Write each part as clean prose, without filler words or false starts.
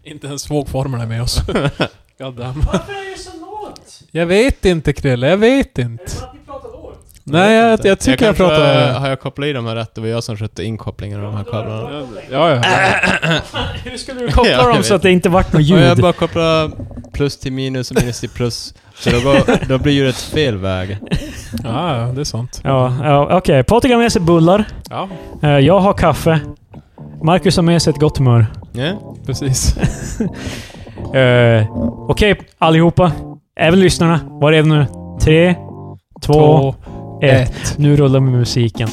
Inte ens vågformen är med oss. Goddamn. Varför är det så lågt? Jag vet inte, Krille. Jag vet inte. Är det för att ni pratar lågt? Nej, jag tycker jag pratar... Har jag kopplat i de här rätt? Det var jag som skötte inkopplingen av de här kablarna. Ja. Hur skulle du koppla dem så att det inte vart något ljud? Och jag bara kopplar plus till minus och minus till plus. Så då blir ju ett fel väg. Ja, det är sant. Ja, okej. Patrik har med sig bullar. Ja, Jag har kaffe. Marcus har med sig ett gott humör. Ja. precis. Okej, allihopa. Även lyssnarna. Var är det nu? 3, 2, 1. Nu rullar vi musiken.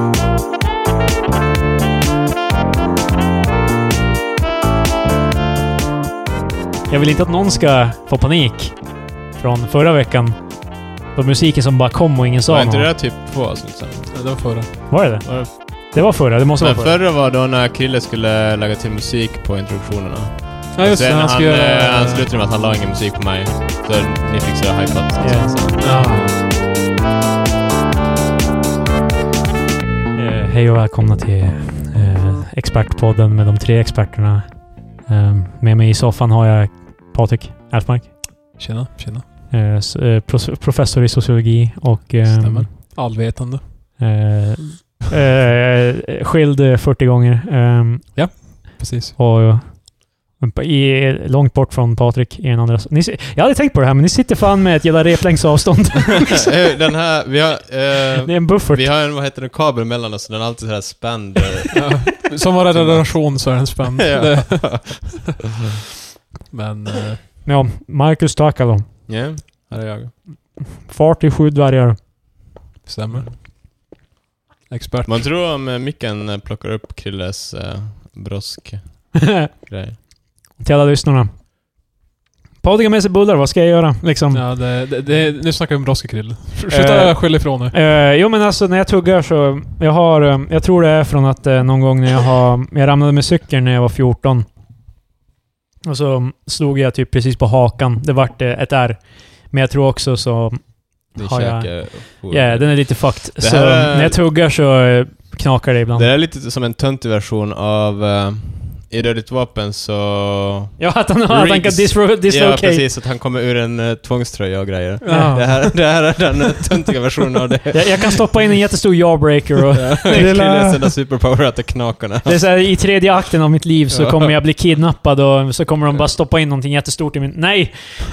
Jag vill inte att någon ska få panik från förra veckan. Då musiken som bara kom och ingen sa Var inte något. det typ 2 avsnitt sen? Ja, det var förra. Var det? Det var förra, det måste Men vara förra. förra var då när Krille skulle lägga till musik på introduktionerna. Ja, just det. Sen Han ska göra... han slutade med att han la ingen musik på mig. Så ni fick så hypat. Ja. Ja. Hej och välkomna till Expertpodden med de 3 experterna. Med mig i soffan har jag Patrik Alfmark. Tjena. Professor i sociologi och... Stämmer. Allvetande. Skild 40 gånger. Precis. Och långt bort från Patrik i den andra... Jag hade tänkt på det här, men ni sitter fan med ett jävla replängds avstånd. Den här, vi har... Det är en buffert. Vi har en kabel mellan oss, så den är alltid så här spänd. Som var relation så är den spänd. Ja. Men... Ja, Marcus Takalo. Ja, här är jag. Fart i 7 dvärgar. Stämmer. Expert. Man tror om micken plockar upp Krilles brosk-grej. Till alla lyssnarna. Patrik har med sig bullar, vad ska jag göra? Liksom. Ja, nu snackar vi om broskekrill. Sluta skylla ifrån nu. Jo, men alltså när jag tuggar så... Jag tror det är från att någon gång när jag ramlade med cykeln när jag var 14. Och så slog jag typ precis på hakan. Det vart ett R. Men jag tror också så... Ja, den är lite fucked. Så när jag tuggar så knakar det ibland. Det är lite som en töntig version av... I Rödigt vapen så... Ja, att han kan dislocate. Ja, precis. Att han kommer ur en tvångströja och grejer. Ja. Det här är den töntiga versionen av det. Jag kan stoppa in en jättestor jawbreaker och... Krilles enda superpower att det knakarna. Det är så här, i 3:e akten av mitt liv så kommer jag bli kidnappad och så kommer de bara stoppa in någonting jättestort i min... Nej!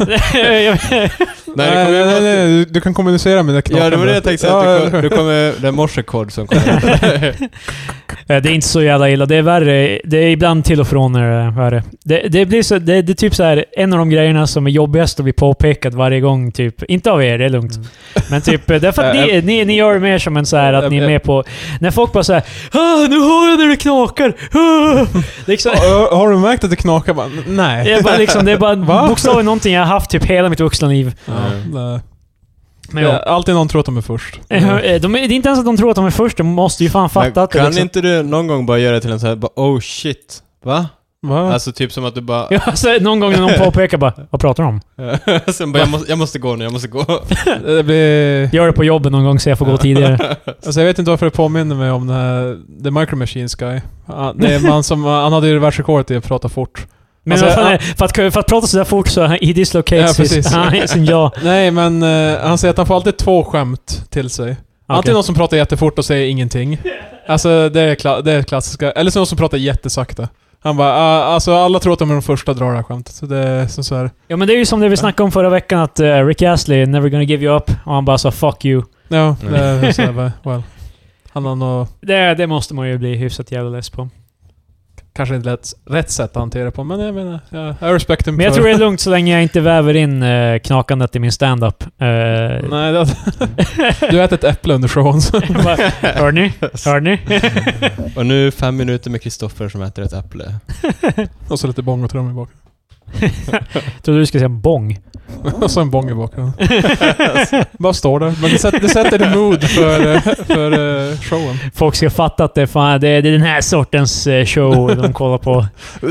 Nej, du kan kommunicera med det knappt. Ja, det var det jag tänkte säga. Du kommer... Det är morsekod som kommer. Det är inte så jävla illa. Det är värre. Det är ibland till och från när det är värre. Det blir så... Det är typ så här en av de grejerna som är jobbigast att bli påpekat varje gång. Typ. Inte av er, det är lugnt. Men typ... Därför att ni gör det mer som en så här att ni är med på... När folk bara så här... Nu hör jag när det knakar! Liksom, Har du märkt att det knakar? Bara, nej. det är bara bokstavligen någonting jag har haft typ hela mitt vuxna liv. Ja. Men ja. Alltid någon tror att de är först. Det är inte ens att de tror att de är först. De måste ju fan fatta att det kan liksom... inte du någon gång bara göra till en så här... Oh shit. Va? Alltså typ som att du bara... Ja, så någon gång när någon påpekar bara... Vad pratar de om? Sen bara, jag måste gå nu, Det blir... Gör det på jobbet någon gång så jag får gå tidigare. Alltså jag vet inte varför det påminner mig om den här... The Micro Machines Guy. Det är en man som... Han hade ju världsrekordet i att prata fort. Men alltså, för att prata så där fort så he dislocates sin jaw. Nej, men han säger att han får alltid 2 skämt till sig. Okay. Antingen någon som pratar jättefort och säger ingenting. Alltså det är klassiska. Eller så någon som pratar jättesakta. Han bara, alltså alla tror att de är de första att dra det här skämtet. Så det är så här. Ja, men det är ju som det vi snackade om förra veckan att Rick Astley never gonna give you up. Och han bara sa fuck you. Ja, det är så här, well. Han har nog... Det måste man ju bli hyfsat jävla less på. Kanske inte rätt sätt att hantera på, men jag menar, jag respekterar. Men jag tror det är lugnt så länge jag inte väver in knakandet i min stand-up. Nej, du äter ett äpple under showen. Hör ni? Och nu 5 minuter med Kristoffer som äter ett äpple. Och så lite bång och trum i bakgrunden. Tror du ska säga bång? Och så en bång i bakgrunden. Bara står där. Men det sätter the mood för showen. Folk ska fatta att det är den här sortens show de kollar på.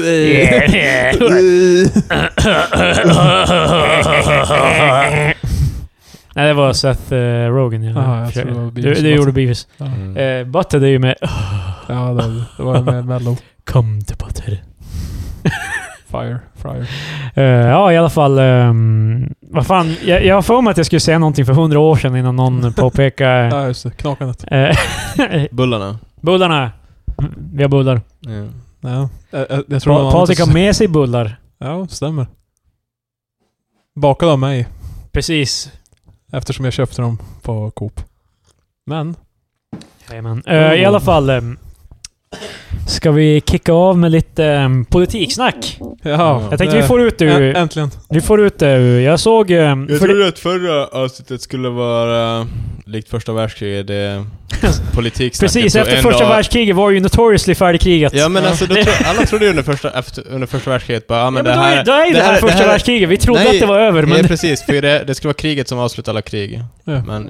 Nej, det var Seth Rogen. Jag tror det var Beavis. Det gjorde Beavis. Butter, det är ju med... Ja, det var med Mello. Come to Butter. Fire. Ja, i alla fall... vad fan, jag har för mig att jag skulle säga någonting för 100 år sedan innan någon påpekar... Ja, just det. Knakandet. Bullarna. Vi har bullar. Ja. Jag tror Patrik har med sig bullar. Ja, stämmer. Bakade av mig. Precis. Eftersom jag köpte dem på Coop. Men... I alla fall... ska vi kicka av med lite politiksnack? Ja, jag tänkte vi får ut det. Äntligen. Vi får ut det. Jag såg... jag trodde att förra avsnittet skulle vara likt första världskriget. Politiksnacket. Precis, efter första världskriget var ju notoriously färdigkriget. Ja, men alltså, alla trodde ju under första världskriget bara, men då är det här första världskriget. Vi trodde att det var över. Men... Ja, precis. För det skulle vara kriget som avslutar alla krig. Ja. Men,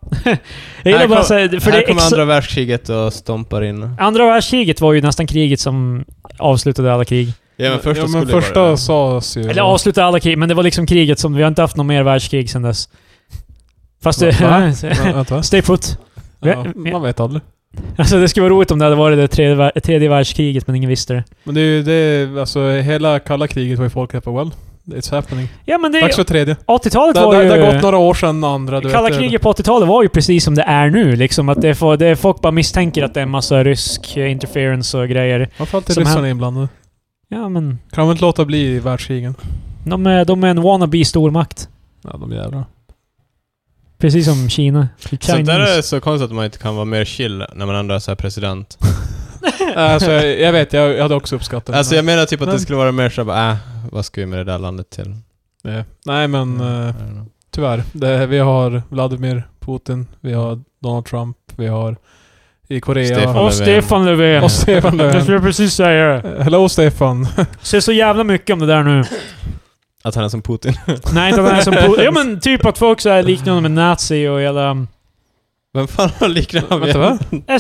här kommer andra världskriget och stompar in. Andra världskriget var ju nästan kriget som avslutade alla krig. Ja, men första sades ju... Eller avslutade alla krig, men det var liksom kriget som... Vi har inte haft någon mer världskrig sedan dess. Fast stay put. Ja, man vet aldrig. Alltså det skulle vara roligt om det hade varit det tredje världskriget, men ingen visste det. Men det är ju det... Alltså hela kalla kriget var ju folk rätt på it's happening. Ja, men det... Dags för tredje. 80-talet var ju... Det har gått några år sedan andra... Kalla kriget på 80-talet var ju precis som det är nu. Liksom att folk bara misstänker att det är en massa rysk interference och grejer. Varför alltid ryssarna inblandade? Ja, men... Kan de inte låta bli världskrigen? De är en wannabe stormakt. Ja, de jävlar. Precis som Kina. Så där är det så konstigt att man inte kan vara mer chill när man ändå är så här president. Alltså, jag vet, jag hade också uppskattat det. Alltså jag menar typ att det skulle vara mer så bara, vad ska vi med det där landet till? Nej, men tyvärr. Vi har Vladimir Putin, vi har Donald Trump, vi har i Korea. Stefan Löfven. Jag skulle precis säga. Hello Stefan. Ser så jävla mycket om det där nu. Att han är som Putin. Nej, inte att han är som Putin. Ja, men typ att folk så här liknar honom med nazi och hela... Vem fan har liknat honom? Va?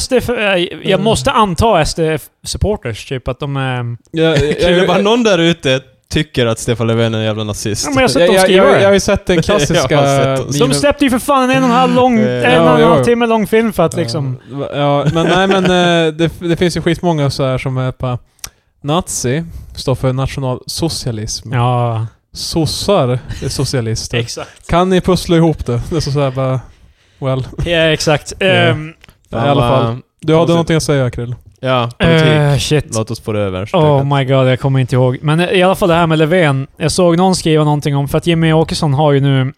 Jag måste anta SD-supporters, typ att de är... Jag bara någon där ute tycker att Stefan Löfven är en jävla nazist. Ja, men jag har sett dem skriva jag har ju sett den klassiska... De släppte ju för fan en och en halv timme lång film för att liksom... Ja, men nej, men det finns ju skitmånga så här som är på... Nazi står för nationalsocialism. Ja. Sossar är socialister. Exakt. Kan ni pussla ihop det? Det är så här bara... Well. Ja, exakt. I alla fall. Du hade någonting att säga, Krill. Ja, politik. Shit. Låt oss få det över. Oh my god, jag kommer inte ihåg. Men i alla fall det här med Löfven. Jag såg någon skriva någonting om... För att Jimmy Åkesson har ju nu...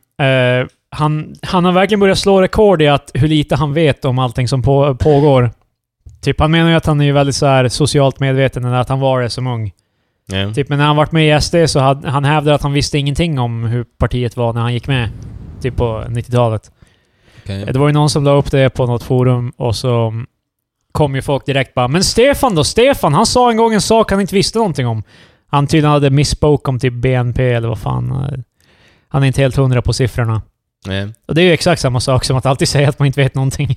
Han har verkligen börjat slå rekord i att hur lite han vet om allting som pågår. Typ, han menar ju att han är ju väldigt så här socialt medveten när att han var det som ung. Yeah. Typ, men när han varit med i SD så han hävdade att han visste ingenting om hur partiet var när han gick med. Typ på 90-talet. Okay. Det var ju någon som la upp det på något forum och så kom ju folk direkt bara, men Stefan då? Stefan, han sa en gång en sak han inte visste någonting om. Han tydligen hade misspoke om typ BNP eller vad fan. Han är inte helt 100 på siffrorna. Yeah. Och det är ju exakt samma sak som att alltid säga att man inte vet någonting.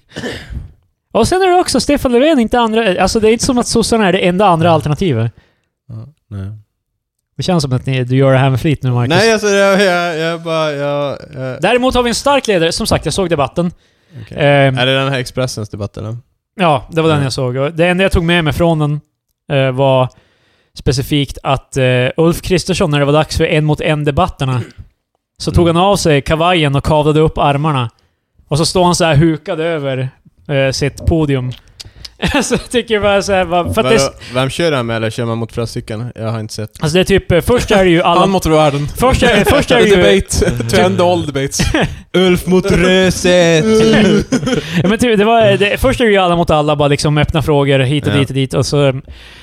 Och sen är det också Stefan Löfven, inte andra... Alltså det är inte som att sossarna är det enda andra alternativet. Nej. Det känns som att du gör det här med flit nu, Marcus. Nej, alltså jag bara... Däremot har vi en stark ledare. Som sagt, jag såg debatten. Okay. Är det den här Expressens debatt eller? Ja, det var den jag såg. Och det enda jag tog med mig från den var specifikt att Ulf Kristersson, när det var dags för 1-mot-1-debatterna, så tog han av sig kavajen och kavlade upp armarna. Och så står han så här hukad över sitt podium. Så jag tycker bara så här, för att vem kör han med, eller kör man mot flera stycken? Jag har inte sett. Alltså det är typ, först är det ju alla... Han mot världen. Först är det ju... Debate. To end all debates. Ulf mot röset. Ja, men typ, först är det ju alla mot alla, bara liksom öppna frågor hit och dit och dit. Och så,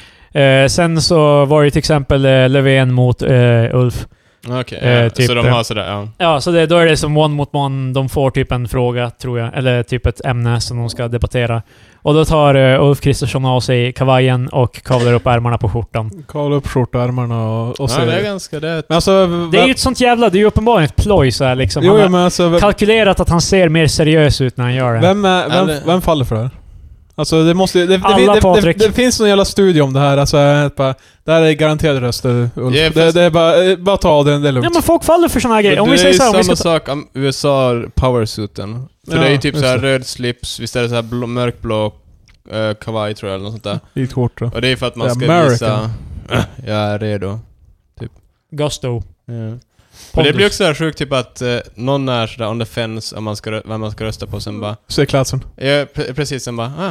sen så var det till exempel Löfven mot Ulf. Okej, typ, så de har sådär, ja. Ja, så då är det som one mot one. De får typ en fråga, tror jag. Eller typ ett ämne som de ska debattera. Och då tar Ulf Kristersson av sig kavajen och kavlar upp ärmarna på skjortan. Kavlar upp skjortärmarna och så... Ja, det är ganska... Det är ju ett sånt jävla... Det är ju uppenbarligen ett ploj så här, liksom. Jo, han har alltså, kalkylerat att han ser mer seriös ut när han gör det. Vem faller för det här? Alltså det måste... Det finns någon jävla studie om det här. Alltså, det här är garanterade röster, Ulf. Yeah, det är bara ta det är lugnt. Ja, men folk faller för såna här grejer. Om vi säger så här, samma sak om USA powersuiten. För det är ju typ så här röd slips, visst är det så här mörkblå kavaj tror jag eller något sånt där. Vit skjorta. Och det är för att man ska visa jag är redo. typ. Gusto. Men det blir också så sjukt typ att någon är sådär on the fence om vem man ska rösta på, sen bara... Så är Klatsen. Ja, precis, sen bara...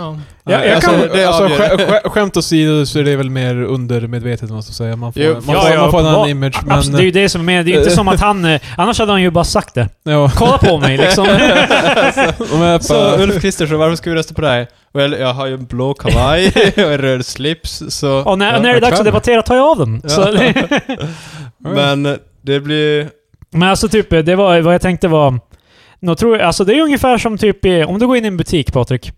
Skämt åsido så är det väl mer undermedvetet, måste jag säga. Man får en annan image. Men, absolut, det är ju det som är... Det är inte som att han... Annars hade han ju bara sagt det. Ja. Kolla på mig, liksom. Så Ulf Kristersson, varför ska vi rösta på dig? Well, jag har ju en blå kavaj och en röd slips, så... Och när det är dags att debattera tar jag av den. Ja. Så, men det blir... Men alltså typ, det var vad jag tänkte var... Alltså det är ungefär som typ... Om du går in i en butik, Patrik.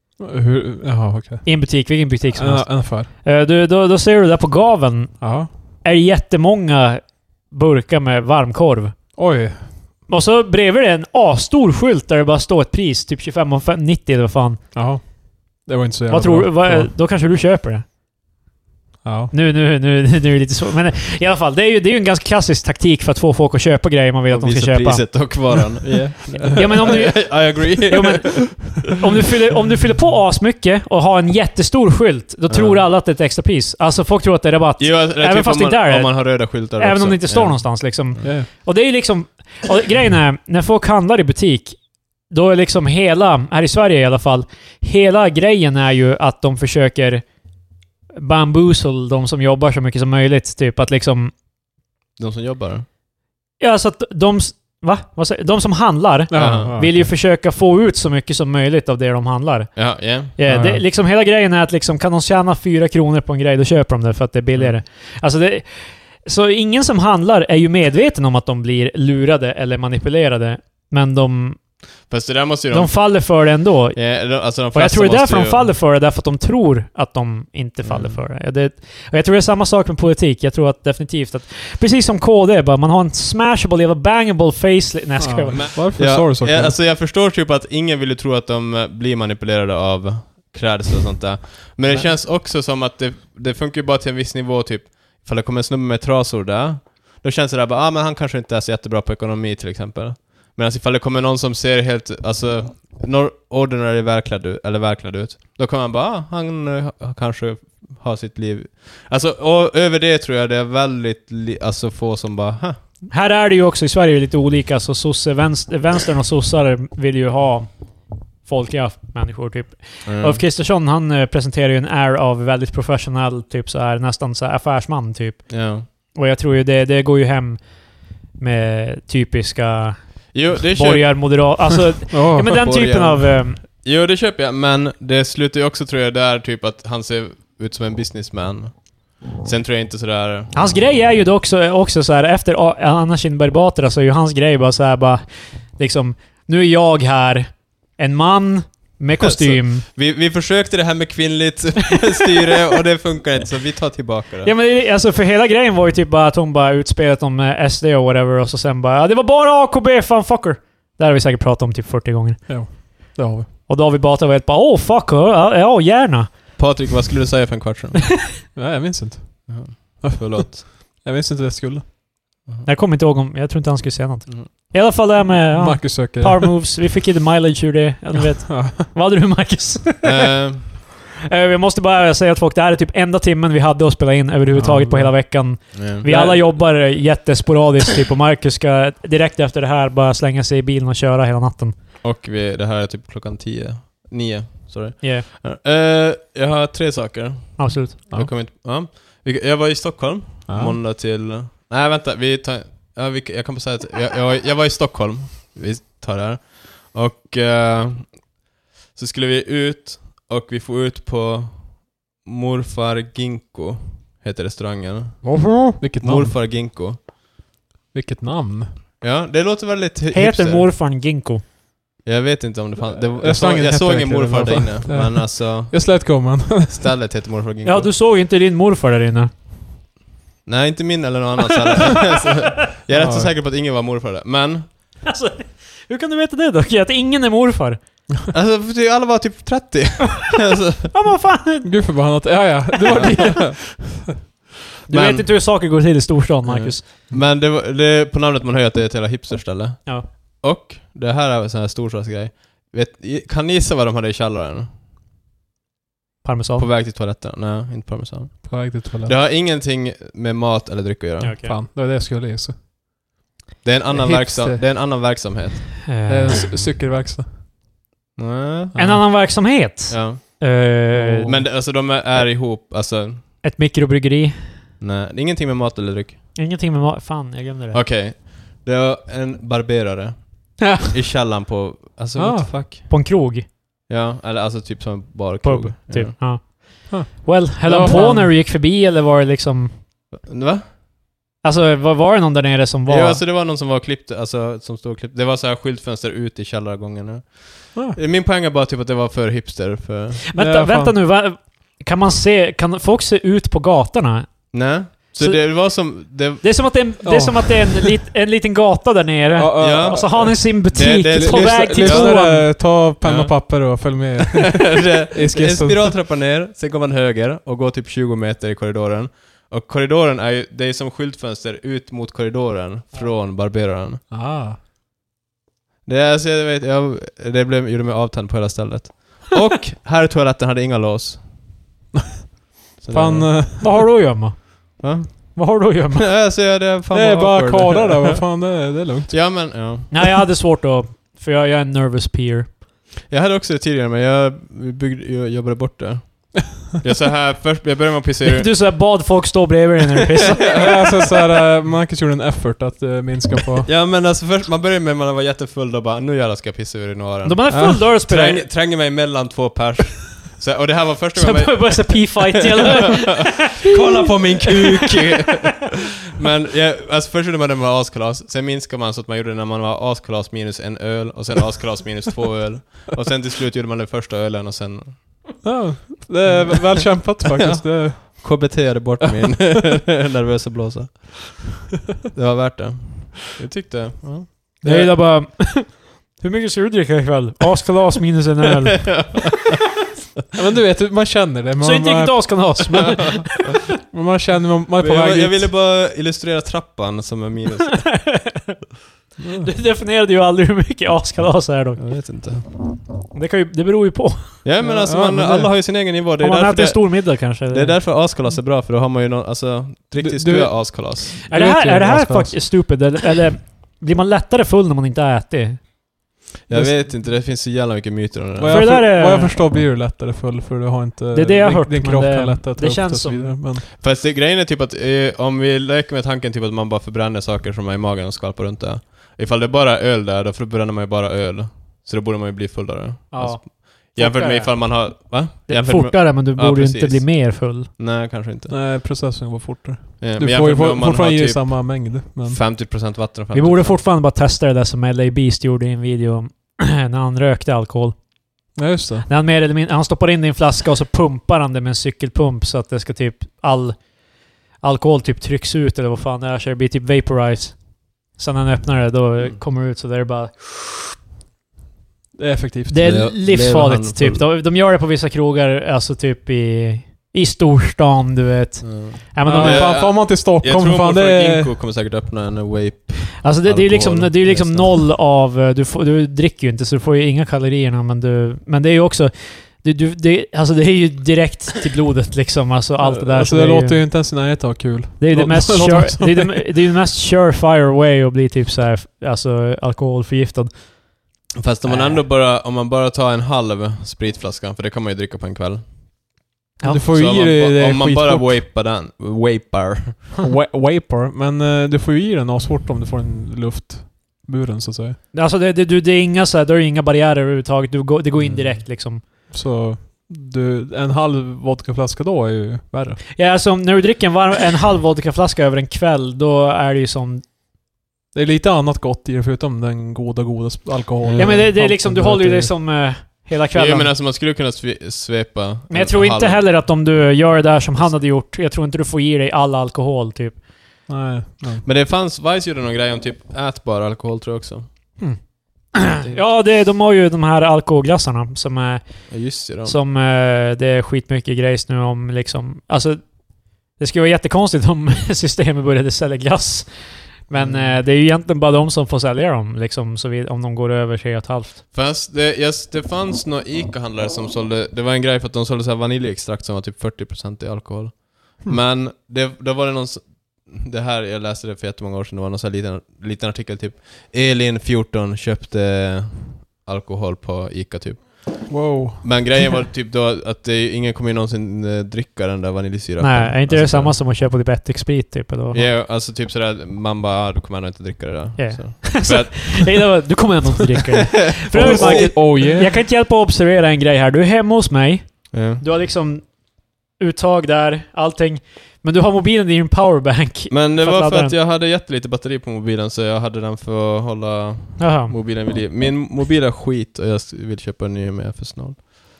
Jaha, okej. I en butik, vilken butik som helst. En affär. Då ser du där på gaven. Ja. Är jättemånga burkar med varmkorv. Oj. Och så bredvid det en stor skylt där det bara står ett pris. Typ 25,90 eller vad fan. Jaha. Det var inte så jävla vad tror du? Då kanske du köper det. Ja. Nu är det lite svårt. Men i alla fall, det är ju en ganska klassisk taktik för att få folk att köpa grejer man vill att de ska köpa. Priset och varan. Yeah. Ja, men om du... I agree. Ja, men, om du fyller på asmycket och har en jättestor skylt, då tror alla att det är ett extra pris. Alltså folk tror att det är rabatt. Ja, även typ fast det inte är det. Om man har röda skyltar även också. om det inte står någonstans liksom. Yeah. Och det är liksom... Och grejen är, när folk handlar i butik, då är liksom här i Sverige i alla fall, hela grejen är ju att de försöker bamboozle de som jobbar så mycket som möjligt. Typ att liksom... De som jobbar? Ja, så att de som handlar vill ju försöka få ut så mycket som möjligt av det de handlar. Ja. Det, liksom, hela grejen är att liksom, kan de tjäna 4 kronor på en grej, då köper de det för att det är billigare. Alltså så ingen som handlar är ju medveten om att de blir lurade eller manipulerade. Men fast det där måste ju de faller för det ändå. Ja, alltså och jag tror det är därför de faller för det, därför att de tror att de inte faller för det. Och jag tror det är samma sak med politik. Jag tror att definitivt att... Precis som KD, bara, man har en smashable, jävla bangable face... Nej, ska jag... Varför sa du så? Alltså jag förstår typ att ingen vill ju tro att de blir manipulerade av klädsel och sånt där. Men det känns också som att det funkar ju bara till en viss nivå, typ. Ifall det kommer en snubbe med trasor där, då känns det där bara, men han kanske inte är så jättebra på ekonomi till exempel. Men ifall det kommer någon som ser helt, alltså, ordinary välklädd ut, då kommer man bara, han kanske har sitt liv. Alltså, och över det tror jag det är väldigt, alltså få som bara, Här är det ju också i Sverige lite olika, så vänstern och sossar vill ju ha folkliga människor, typ. Ulf Kristersson, han presenterar ju en air av väldigt professionell, typ så här, nästan så här affärsman, typ. Ja. Och jag tror ju det går ju hem med typiska... Jo, det borgar, moderat... Alltså, ja, men den typen av... Jo, det köper jag, men det slutar ju också, tror jag, där typ att han ser ut som en businessman. Sen tror jag inte sådär... Hans grej är ju också så här, efter Anna Kinberg Batra, så är ju hans grej bara så här, bara liksom, nu är jag här, en man med kostym. Alltså, vi försökte det här med kvinnligt styre och det funkar inte, så vi tar tillbaka det. Ja, men alltså för hela grejen var ju typ bara att hon bara utspelat om SD och whatever, och så sen bara, det var bara AKB, fan fucker. Det har vi säkert pratat om typ 40 gånger. Ja, det har vi. Och David Batra var helt bara, fuck, ja, gärna. Patrik, vad skulle du säga för en kvart sedan? Nej, jag minns inte. Förlåt. Jag minns inte det jag skulle. Jag kommer inte ihåg jag tror inte han skulle säga något. I alla fall det här med Marcus söker. Power moves. Vi fick lite mileage ur det. Jag vet. Vad hade du, Marcus? Vi måste bara säga att folk, det här är typ enda timmen vi hade att spela in överhuvudtaget på hela veckan. Vi alla jobbar jättesporadiskt typ, och Marcus ska direkt efter det här bara slänga sig i bilen och köra hela natten. Och det här är typ klockan 9, sorry. Yeah. Jag har 3 saker. Absolut. Jag var i Stockholm måndag till... Nej, vänta, jag kan bara säga att jag var i Stockholm. Vi tar det här. Och så skulle vi ut, och vi får ut på Morfar Ginkgo, heter restaurangen. Vilket namn? Morfar Ginkgo. Vilket namn? Ja, det låter väldigt heter Morfar Ginkgo? Jag vet inte om det fanns. Jag såg ingen morfar där inne. Men alltså... Jag slät komman. Stället heter Morfar Ginkgo. Ja, du såg inte din morfar där inne. Nej, inte min eller någon annan. Jag är rätt så säker på att ingen var morfar där. Men... Alltså, hur kan du veta det dock? Att ingen är morfar? Alltså, för alla var typ 30. Alltså. Ja, vad fan? Gud förbannat. Ja. Det var det. Du vet inte hur saker går till i storstan, Marcus. Men det på namnet man hör att det är ett hela hipsterställe. Ja. Och det här är en sån här storstadsgrej. Kan ni gissa vad de hade i källaren? Parmesan. På väg till toaletten. Nej, inte parmesan. På väg till toaletten. Det har ingenting med mat eller dryck att göra. Okay. Fan, det var det jag skulle gissa. Det är en annan verksamhet. Det är en cykelverkstad. Nej. En annan verksamhet? Ja. Men alltså de är ihop, alltså... Ett mikrobryggeri? Nej, det är ingenting med mat eller dryck. Ingenting med mat? Fan, jag glömde det. Okej. Det är en barberare. I källaren på... Alltså, what the fuck? På en krog? Ja, eller alltså typ som en barkrog. Pub, typ. Ja. Well, höll han på när du gick förbi eller var det liksom... Va? Alltså, var det någon där nere som var... Ja, alltså det var någon som var klippt, alltså som stod klippt. Det var så här skyltfönster ut i källargången. Min poäng är bara typ att det var för hipster. Vänta nu, kan man se... Kan folk se ut på gatorna? Nej. Så det var som... Det är som att det är som att det är en liten gata där nere. Ja. Och så har ni sin butik på väg till toan. Ta penna och papper och följ med i skissen. En spiraltrappa ner, sen går man höger och går typ 20 meter i korridoren. Och korridoren är ju, det är som skyltfönster ut mot korridoren från barberaren. Det är, alltså, gjorde mig avtänd på hela stället. Och här i toaletten hade inga lås. Fan, vad har du att gömma? Va? Vad har du att gömma? Det är bara karlar där, vad fan, det är lugnt. Ja, men ja. Nej, jag hade svårt att... För jag är en nervous peer. Jag hade också det tidigare, men jag jobbade bort det. Jag så här, först jag började med att pissa i... Du så här bad folk stå bredvid dig när du pissade. Alltså så här, Marcus gjorde en effort att minska på... Ja, men alltså först, man började med man var jättefull och bara, nu jävlar ska jag pissa ur urinoaren. Då man är full, då är det spelar... Tränger mig mellan två pers. Så, och det här var första gången... Så jag började p-fight, eller? Kolla på min kuk! Men alltså först gjorde man det med askalas. Sen minskade man så att man gjorde det när man var askalas minus en öl. Och sen askalas minus 2 öl. Och sen till slut gjorde man den första ölen och sen... Ja, det är väl kämpat faktiskt. Ja. KBT-ade bort min nervösa blåsa. Det var värt det. Jag tyckte... Ja. Det är bara... Hur mycket ska du dricka ikväll? Askalas minus en öl. Ja, men du vet, man känner det. Så inte riktigt askalas, men... man känner man är på väg jag ville bara illustrera trappan som är minus. Du definierade ju aldrig hur mycket askalas är dock. Jag vet inte. Det beror ju på. Ja, men alltså alla har ju sin egen nivå. Det är man äter en stor middag kanske. Det är därför askalas är bra, för då har man ju någon, alltså riktigt stora askalas. Är det här faktiskt stupid, eller blir man lättare full när man inte äter? Jag vet inte, det finns så jävla mycket myter om det. Vad jag förstår blir du lättare full, för du har inte... Det är det jag har hört, din kropp kan lättare det känns som... Men... Fast grejen är typ att om vi leker med tanken typ att man bara förbränner saker som är i magen och skvalpar runt det. Ifall det är bara öl där, då förbränner man ju bara öl. Så då borde man ju bli fullare. Ja. Alltså, jämfört med ifall man har... Va? Fortare, men du borde ju inte bli mer full. Nej, kanske inte. Nej, processen går fortare. Ja, du får ju fortfarande i typ samma mängd. Men... 50% vatten och 50%. Vi borde fortfarande bara testa det där som LA Beast gjorde i en video när han rökte alkohol. Ja, just det. När han mer eller mindre, han stoppar in det i en flaska och så pumpar han det med en cykelpump så att det ska typ all alkohol typ trycks ut eller vad fan det är, så det blir typ vaporize. Sen när han öppnar det, då kommer det ut så där är det bara... Det är effektivt. Det är livsfarligt typ. De gör det på vissa krogar, alltså typ i storstan, du vet. Ja, men fan man till Stockholm, jag tror fan det... Inko kommer säkert öppna en vape. Alltså det är liksom noll av... Du dricker ju inte, så du får ju inga kalorierna, men det är ju också... Alltså det är ju direkt till blodet liksom, alltså allt det där. Alltså det låter ju inte ens när jag tar kul. Det är ju det mest surefire way att bli typ så här, alltså alkoholförgiftad. Fast om man bara tar en halv spritflaska, för det kan man ju dricka på en kväll. Ja. Du får ju i det om man bara vapar den. Vapor. Men du får ju i den asfort om du får en luftburen så att säga. Alltså det är inga så här, det är inga barriärer överhuvudtaget. Det går in direkt liksom. Så en halv vodkaflaska då är ju värre. Ja, alltså när du dricker en halv vodkaflaska över en kväll, då är det ju som... Det är lite annat gott i det förutom den goda alkoholen. Ja, men det är liksom, du håller ju det som hela kvällen. Ja, men alltså man skulle kunna svepa. Men jag tror inte heller att om du gör det där som han hade gjort, jag tror inte du får i dig all alkohol typ. Nej. Men det fanns, Vice gjorde någon grej om typ ätbar alkohol tror jag också. Ja, de har ju de här alkoholglassarna som är... Ja, just det. Som det är skitmycket grejs nu om liksom... Alltså, det skulle vara jättekonstigt om systemet började sälja glass Men det är ju egentligen bara de som får sälja dem, liksom, om de går över 3,5. Fast det fanns några ICA-handlare som sålde, det var en grej för att de sålde så här vaniljextrakt som var typ 40% i alkohol. Men då var det någon, det här, jag läste det för jättemånga år sedan, det var någon så här liten artikel typ, Elin 14 köpte alkohol på ICA typ. Wow. Men grejen var typ då att ingen kommer ju någonsin dricka den där vaniljsyrapen. Nej, är inte alltså, det samma som att köpa typ ättiksprit typ? Ja, alltså typ sådär, man bara, du kommer ändå inte dricka det där. Yeah. Så. Du kommer ändå inte dricka det. För övrigt, Marcus, yeah. jag kan inte hjälpa att observera en grej här. Du är hemma hos mig. Ja. Du har liksom uttag där, allting. Men du har mobilen i din powerbank. Men det var för att den. jag hade jättelite batteri på mobilen, så jag hade den för att hålla mobilen vid liv. Min mobil är skit och jag vill köpa en ny med för snart.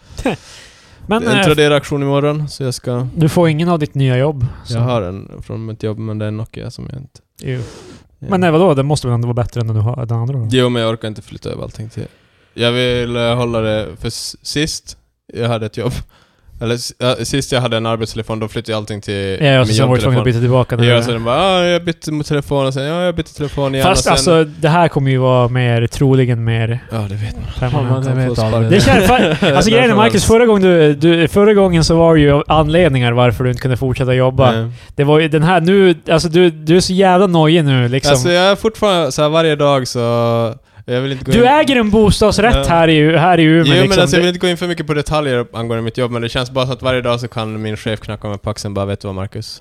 Men en Tradera-aktion imorgon, så jag ska... Du får ingen av ditt nya jobb. Så. Jag har en från mitt jobb, men det är en Nokia som jag inte... Jo. Ja. Men nej, vadå? Det måste väl ändå vara bättre än den du har, den andra då? Jo, men jag orkar inte flytta över allting till... Jag vill hålla det... För sist jag hade ett jobb... Eller sist jag hade en arbetstelefon, då flyttade jag allting till min jobbtelefon. Ja, så var du tvungen att byta tillbaka den. Ja, så den bara, jag bytte mot telefon och sen, jag bytte telefon igen. Fast och sen, alltså, det här kommer ju vara mer, troligen mer... Ja, det vet man. Permanent. Ja, det vet aldrig. Det känns, alltså grejen är, Marcus, förra gången så var det ju anledningar varför du inte kunde fortsätta jobba. Nej. Det var ju den här, nu, alltså du är så jävla nojig nu liksom. Alltså jag är fortfarande så här varje dag så... Jag vill inte gå du äger en bostadsrätt här i Umeå. Jo, men liksom. alltså, jag vill inte gå in för mycket på detaljer angående mitt jobb, men det känns bara så att varje dag så kan min chef knacka med paxen bara, vet du vad, Marcus?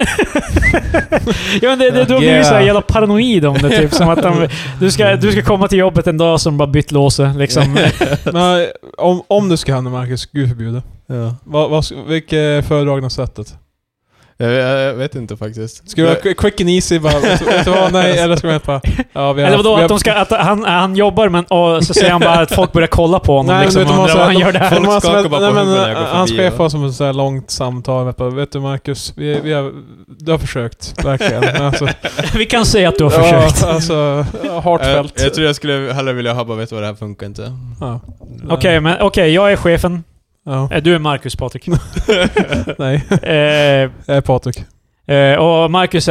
Ja, men då blir du så här jävla paranoid om det, typ. Som att du ska komma till jobbet en dag som bara bytt låse, liksom. Men om du ska hända, Marcus, gud förbjude. Ja. Vilket föredragna sättet? Jag vet inte faktiskt. Ska du vara quick and easy bara? Nej, eller ska man bara... Ja, eller vadå, att han jobbar, men och så säger han bara att folk börjar kolla på honom. Nej, liksom, men vad han gör där. Folk skakar bara på huvudet när jag går förbi. Hans chef har som ett så här långt samtal. Vet du, Marcus, du har försökt, verkligen. Alltså, vi kan säga att du har försökt. Alltså, heartfelt. Jag tror jag skulle hellre vilja ha bara, vet vad det här funkar inte. Ja. Okej, jag är chefen. Ja. Du är Marcus, Patrik. Nej. Jag är Patrik. Och Marcus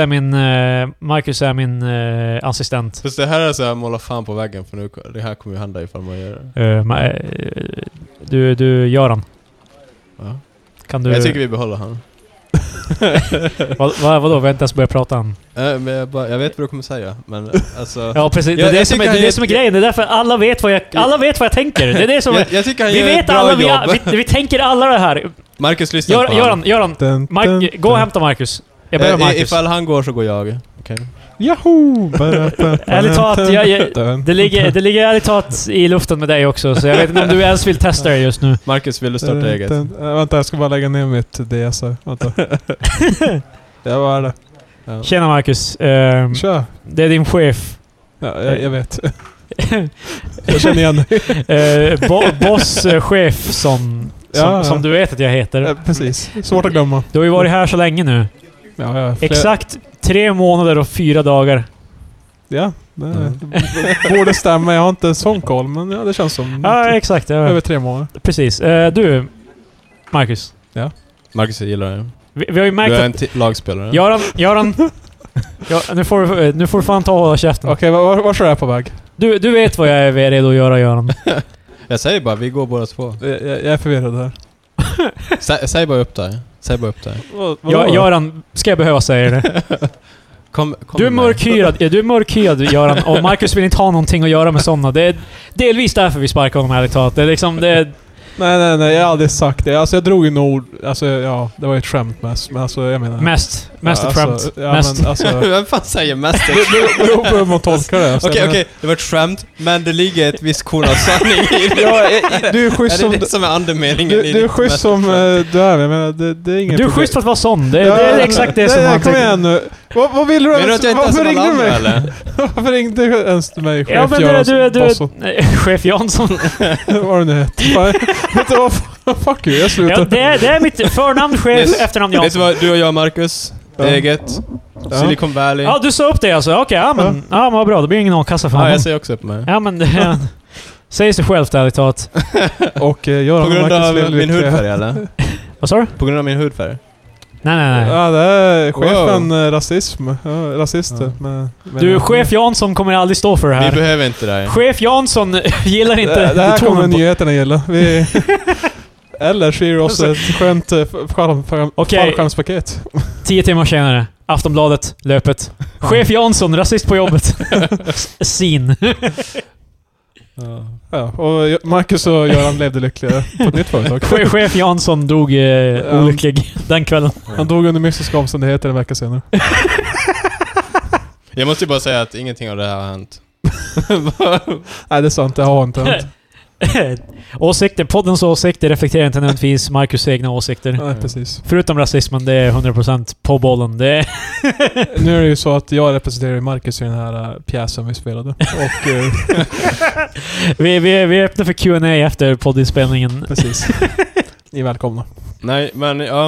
är min assistent. Fast det här är så här, måla fan på väggen, för nu, det här kommer ju hända ifall man gör det. Du Göran. Ja. Kan du... Jag tycker vi behåller han. Vadå? Vi har inte ens börjat prata än. Men jag vet vad du kommer säga, men alltså... Ja, precis. Det är det som är grejen. Det är därför alla vet vad jag tänker. Det är det som... jag tycker han vi gör vet ett bra alla, jobb. vi tänker alla det här. Marcus, lyssna på Göran, gå och hämta Marcus. Jag behöver Marcus. Ifall han går så går jag. Okej. Yahoo! Ärligt talat, det ligger ärligt talat i luften med dig också, så jag vet inte om du ens vill testa det just nu. Marcus, vill du starta eget? Vänta, jag ska bara lägga ner mitt DS här. Vänta. Ja, vad är det? Ja. Tjena Marcus. Kör. Det är din chef. Ja, jag vet. Jag känner igen dig. Bosschef som du vet att jag heter. Precis. Svårt att glömma. Du har ju varit här så länge nu. Ja, exakt 3 månader och 4 dagar. Ja, det borde stämma. Jag har inte sån koll, men ja, det känns som... Ja, exakt. Över 3 månader. Precis. Du, Marcus. Ja. Marcus, jag gillar det. Vi har ju märkt du är en lagspelare. Göran. Ja, nu får du fan ta och hålla käften. Okej, var är jag på väg? Du vet vad jag är redo att göra, Göran. Jag säger bara, vi går båda två. Jag är förvirrad här. Säg bara upp dig. Göran, ska jag behöva säga det? Kom du är mörkhyad, Göran, och Marcus vill inte ha någonting att göra med sådana. Det är delvis därför vi sparkar honom, ärligt talat. Det är liksom... Nej, jag har aldrig sagt det. Alltså jag drog ju nog... Alltså ja, det var ju ett skämt mest. Men alltså jag menar... Mest ett skämt. Ja, mest. Alltså, vem fan säger mest? Det beror på hur man tolkar det. Alltså, Okej, det var ett skämt, men det ligger ett visst korn av sanning i det. Ja, du är schysst som... Är det som är andemeningen i du är schysst som du är. Jag menar, det är ingen du är schysst för att vara sån. Det är exakt det som man tänker. Kom igen nu. Vad vill du ens? Varför ringde du mig? Eller? Varför ringde du ens mig? Chef Jansson. Chef Jansson. Vad är det nu heter? Vet du vad? Fuck you, jag slutar. Ja, det är mitt förnamn, chef, efternamn Jansson. Vet du vad? Du och jag, Marcus. Eget. Silicon Valley. Ja, du sa upp det alltså. Okej, men vad bra. Det blir ingen a-kassa för honom. Ja, jag säger också upp mig. Ja, men det säger sig självt, ärligt talat. Och Göran på grund av min hudfärg, eller? Vad sa du? På grund av min hudfärg. Nej. Ja, det är chefen rasism. Ja, rasister. Med Du, chef Jansson kommer aldrig stå för det här. Vi behöver inte det. Chef Jansson gillar inte... Det här kommer nyheterna gilla. Eller sker oss ett skönt fallskärmspaket. 10 timmar senare. Aftonbladet, löpet. Chef Jansson, rasist på jobbet. Scene. Ja, och Marcus och Göran levde lyckliga på ett nytt företag. Chef Jansson dog olycklig den kvällen. Han dog under mystiska omständigheter en vecka senare. Jag måste ju bara säga att ingenting av det här har hänt. Nej, det är sant. Det har inte hänt. Åsikter, poddens åsikter reflekterar inte nödvändigtvis Marcus egna åsikter. Nej, precis. Förutom rasismen, det är 100% på bollen. Det är nu är det ju så att jag representerar Marcus i den här pjäsen vi spelade. Och vi är öppna för Q&A efter poddinspelningen. Precis. Ni är välkomna. Nej, men Det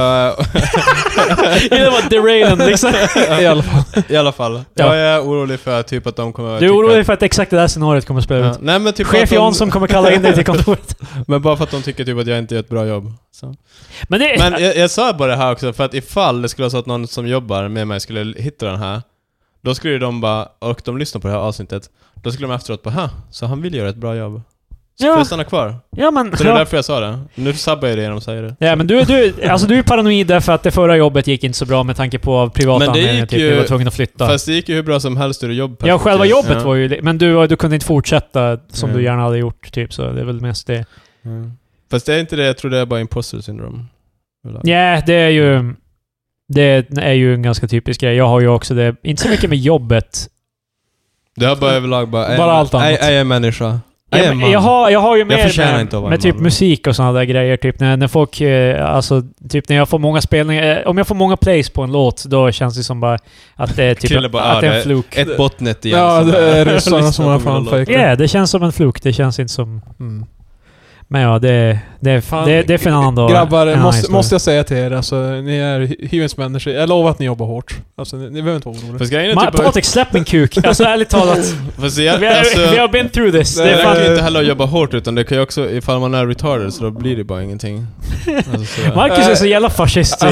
var derailed liksom. I alla fall. Ja. Jag är orolig för typ att de kommer... Du är orolig för att exakt det där scenariot kommer att spela ut. Nej, men typ Chef Jansson kommer kalla in dig till kontoret. Men bara för att de tycker typ att jag inte gör ett bra jobb. Så. Men jag sa bara det här också, för att ifall det skulle vara så att någon som jobbar med mig skulle hitta den här, då skulle de bara, och de lyssnar på det här avsnittet, då skulle de efteråt bara, så han vill göra ett bra jobb. Så får jag stanna kvar. Ja, men, så det är därför jag sa det. Nu sabbar jag det genom att säga det. Ja, men du är paranoid därför att det förra jobbet gick inte så bra med tanke på privata anledningar. Typ, du var tvungen att flytta. Fast det gick ju hur bra som helst ur jobbet. Ja, själva jobbet var ju... Men du kunde inte fortsätta som du gärna hade gjort, typ. Så det är väl mest det. Fast det är inte det. Jag tror det är bara imposter syndrome. Ja, det är ju en ganska typisk grej. Jag har ju också det. Inte så mycket med jobbet. Det har bara överlag bara allt annat. Jag är människa. Jag har ju mer med typ man. musik och sådana där grejer. Typ när folk... Alltså, typ när jag får många spelningar... Om jag får många plays på en låt, då känns det som bara att det är typ bara, att det är en fluk. Ett botnet igen. Ja, det är ryssarna som har fan fake. Ja, det känns som en fluk. Det känns inte som... Men ja, det är för en annan dag. Grabbar, måste jag säga till er, alltså, ni är hyvens människor. Jag lovar att ni jobbar hårt. Alltså, ni behöver inte vara oroliga. Patrik, släpp min kuk. Alltså, ärligt talat. Vi har been through this. Det är inte heller att jobba hårt, utan det kan ju också, ifall man är retarded, så då blir det bara ingenting. Alltså, Marcus är så jävla fascist.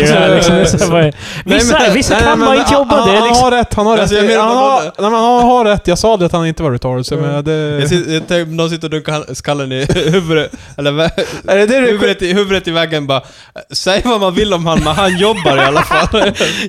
Vissa kan bara inte jobba. Han har rätt. Han har rätt. Jag sa det att han inte var retarded. Så någon sitter och dunkar skallen i huvudet. Eller huvudet i väggen bara. Säg vad man vill om han, men han jobbar i alla fall.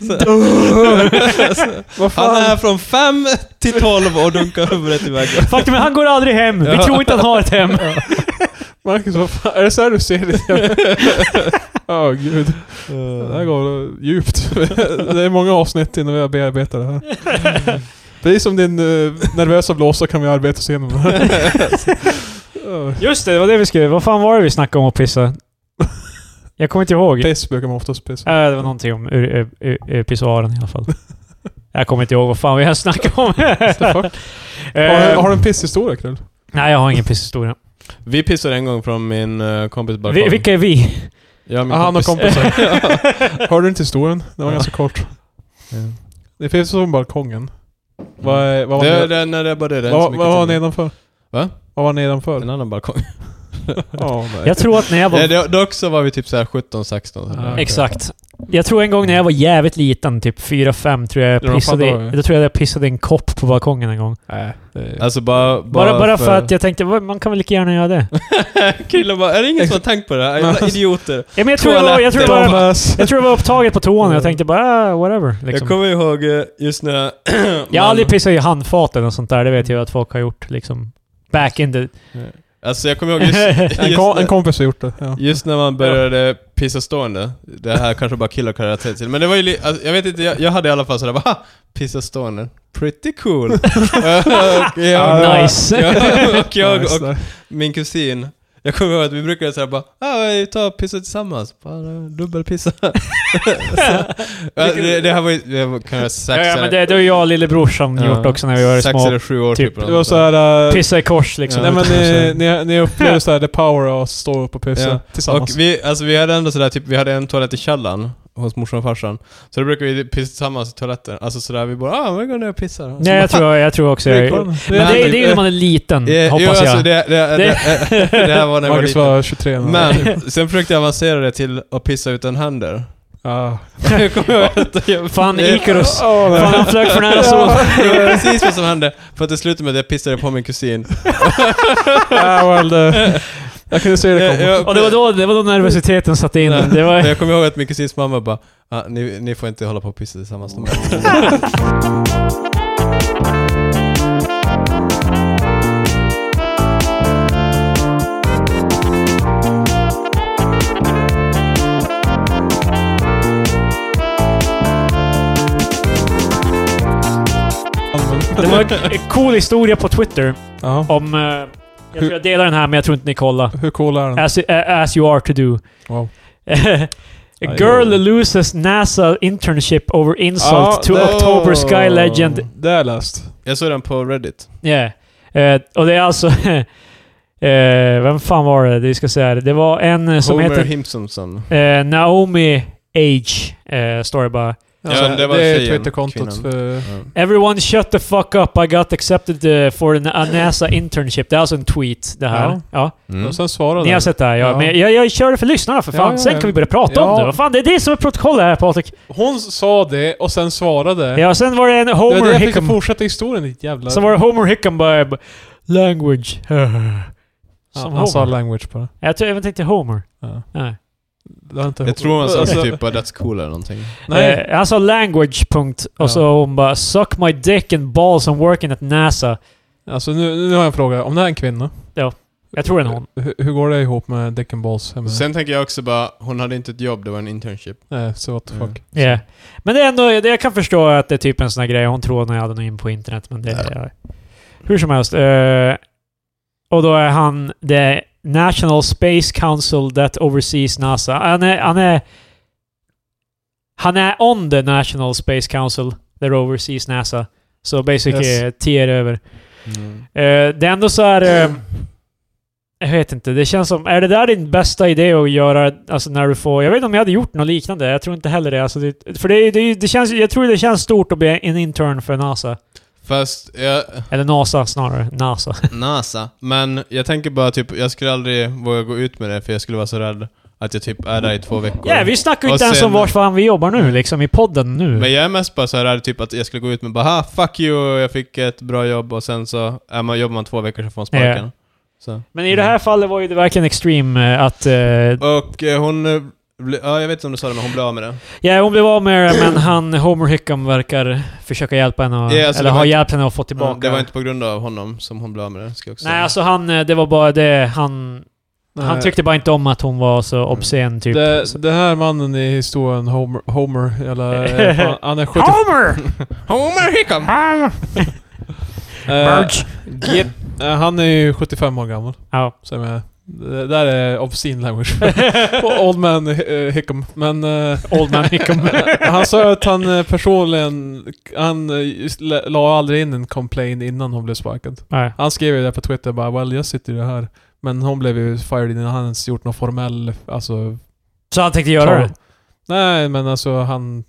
Han är från 5 till 12 och dunkar huvudet i väggen. Faktum är, han går aldrig hem. Vi tror inte att han har ett hem. Marcus, vad fan? Är det så här du ser det? Åh, gud. Det här går djupt. Det är många avsnitt innan vi har bearbetat det här. Precis som din nervösa blåsa kan vi arbeta oss igenom det här. Just det var det vi skrev. Vad fan var det vi snackade om att pissa? Jag kommer inte ihåg. Piss brukar man oftast pissa. Det var någonting om pissoaren i alla fall. Jag kommer inte ihåg vad fan vi har snackat om. Har du en pisshistoria, Krull? Nej, jag har ingen pisshistoria. Vi pissade en gång från min kompis balkong. Vilka är vi? Han har kompisar. Hörde du inte historien? Det var ganska kort. Det finns som balkongen. Vad var nedanför? Va? Vad var nedanför? En annan balkong. Jag tror att när jag var... Dock så var vi typ såhär 17-16. Exakt. Jag tror en gång när jag var jävligt liten, typ 4-5, tror jag pissade en kopp på balkongen en gång. Alltså bara för att jag tänkte, man kan väl lika gärna göra det. Killar bara, är det ingen som har tänkt på det här? Jävla idioter. Ja, men jag tror det var upptaget på toan och jag tänkte bara, whatever. Liksom. Jag kommer ihåg just när... jag har aldrig pissat i handfaten och sånt där, det vet jag att folk har gjort liksom. Back in the... Alltså jag kommer ihåg just en kompis har gjort det. Ja. Just när man började pissa stående. Det här kanske bara killar kan relatera till. Men det var ju alltså, jag vet inte, jag hade i alla fall sådär bara, pissa stående. Pretty cool. Nice. Och jag och min kusin. Jag kommer ihåg att vi brukade säga bara, vi tar och pissa tillsammans. Bara dubbelpissa. Det här var ju kanske 6 men det är jag och lillebror som gjort också när vi var små. 6 eller 7 år typ. Det var så här, pissa i kors liksom. Nej, men ni upplevde så här the power att stå upp och pissa tillsammans. Och vi hade ändå sådär typ, vi hade en toalett i källaren hos morsan och farsan. Så då brukar vi pissa tillsammans i toaletten. Alltså sådär, vi bara, vi går ner och pissar. Nej, jag tror också men det är ju när man är liten, hoppas jag. Alltså, det här var när jag var liten. Var 23. Men sen försökte jag avancera det till att pissa utan händer. Ja. Jag kommer ihåg att jag... Fan, Icarus. Fan, han flög för nära sol. Det var precis vad som hände. För att det slutade med att jag pissade på min kusin. Jag kunde se det komma. Och det var då nervositeten satt in. Det var... Jag kommer ihåg att min kusins mamma bara ni får inte hålla på och pissa tillsammans. Det var en cool historia på Twitter om... jag tror jag delar den här, men jag tror inte ni kollar. Hur cool är den? As you are to do. Wow. A girl loses NASA internship over insult to October Sky Legend. Det är läst. Jag såg den på Reddit. Yeah. Och det är alltså... vem fan var det? Vi ska säga det. Det var en som Homer heter... Simpson. Naomi Age. Står det bara. Ja, det var är tjejen, Twitterkontot för... Everyone shut the fuck up. I got accepted for a NASA internship. Det är alltså en tweet det här. Ja. Och sen svarade Ni har sett det här, ja. Men jag kör det för lyssnarna för fan. Sen kan vi börja prata om det. Vad fan, det är det som är protokollet här, Patrik. Hon sa det och sen svarade. Ja, sen var det en Homer Hickam. Jag Hickam. fick fortsätta historien, ditt jävla... Sen var det Homer Hickam bara... Language. Han sa language på det. Jag tänkte Homer. Ja. Nej. Jag tror man sa typ that's cool eller någonting. Nej. Han sa language, punkt. Och så hon bara suck my dick and balls I'm working at NASA. Alltså nu har jag en fråga. Om det är en kvinna. Ja. Jag tror det är hon. Hur går det ihop med dick and balls? Sen tänker jag också bara, hon hade inte ett jobb, det var en internship. Nej, så what the fuck. Ja. Yeah. Men det är ändå, jag kan förstå att det är typ en sån här grej. Hon tror att hon hade något in på internet, men det är... Hur som helst. Och då är han the National Space Council that oversees NASA. Han är on the National Space Council that oversees NASA. Så basically 10 över. Det är ändå så här... jag vet inte, det känns som... Är det där din bästa idé att göra, alltså när du får... Jag vet inte om jag hade gjort något liknande. Jag tror inte heller det. Alltså för det känns... Jag tror det känns stort att bli en intern för NASA. Fast Eller NASA snarare. NASA. Men jag tänker bara typ, jag skulle aldrig våga gå ut med det för jag skulle vara så rädd att jag typ är där i 2 veckor. Ja, vi snackar ju inte ens om vart fan vi jobbar nu, liksom i podden nu. Men jag är mest bara så här rädd typ att jag skulle gå ut med bara fuck you, jag fick ett bra jobb och sen så jobbar man 2 veckor så får man sparken. Yeah. Så. Men i det här fallet var ju det verkligen extreme att... Och hon... jag vet inte om du sa det, men hon blev av med det. Ja, hon blev av med det, men Homer Hickam verkar försöka hjälpa henne eller ha hjälpt henne att få tillbaka. Det var inte på grund av honom som hon blev av med det, ska jag också säga. Alltså det var bara det, han tyckte bara inte om att hon var så obscen typ. Det här mannen i historien, Homer eller... han är 70... Homer Hickam! Han är ju 75 år gammal. Ja. Så det där är obscene language. Old man Hickam. Men... Old man Hickam. Han sa att han personligen... Han la aldrig in en complaint innan hon blev sparkad. Nej. Han skrev ju det på Twitter bara, well, jag sitter ju det här. Men hon blev ju fired innan han ens gjort någon formell... Alltså... Så han tänkte göra det? Nej, men alltså han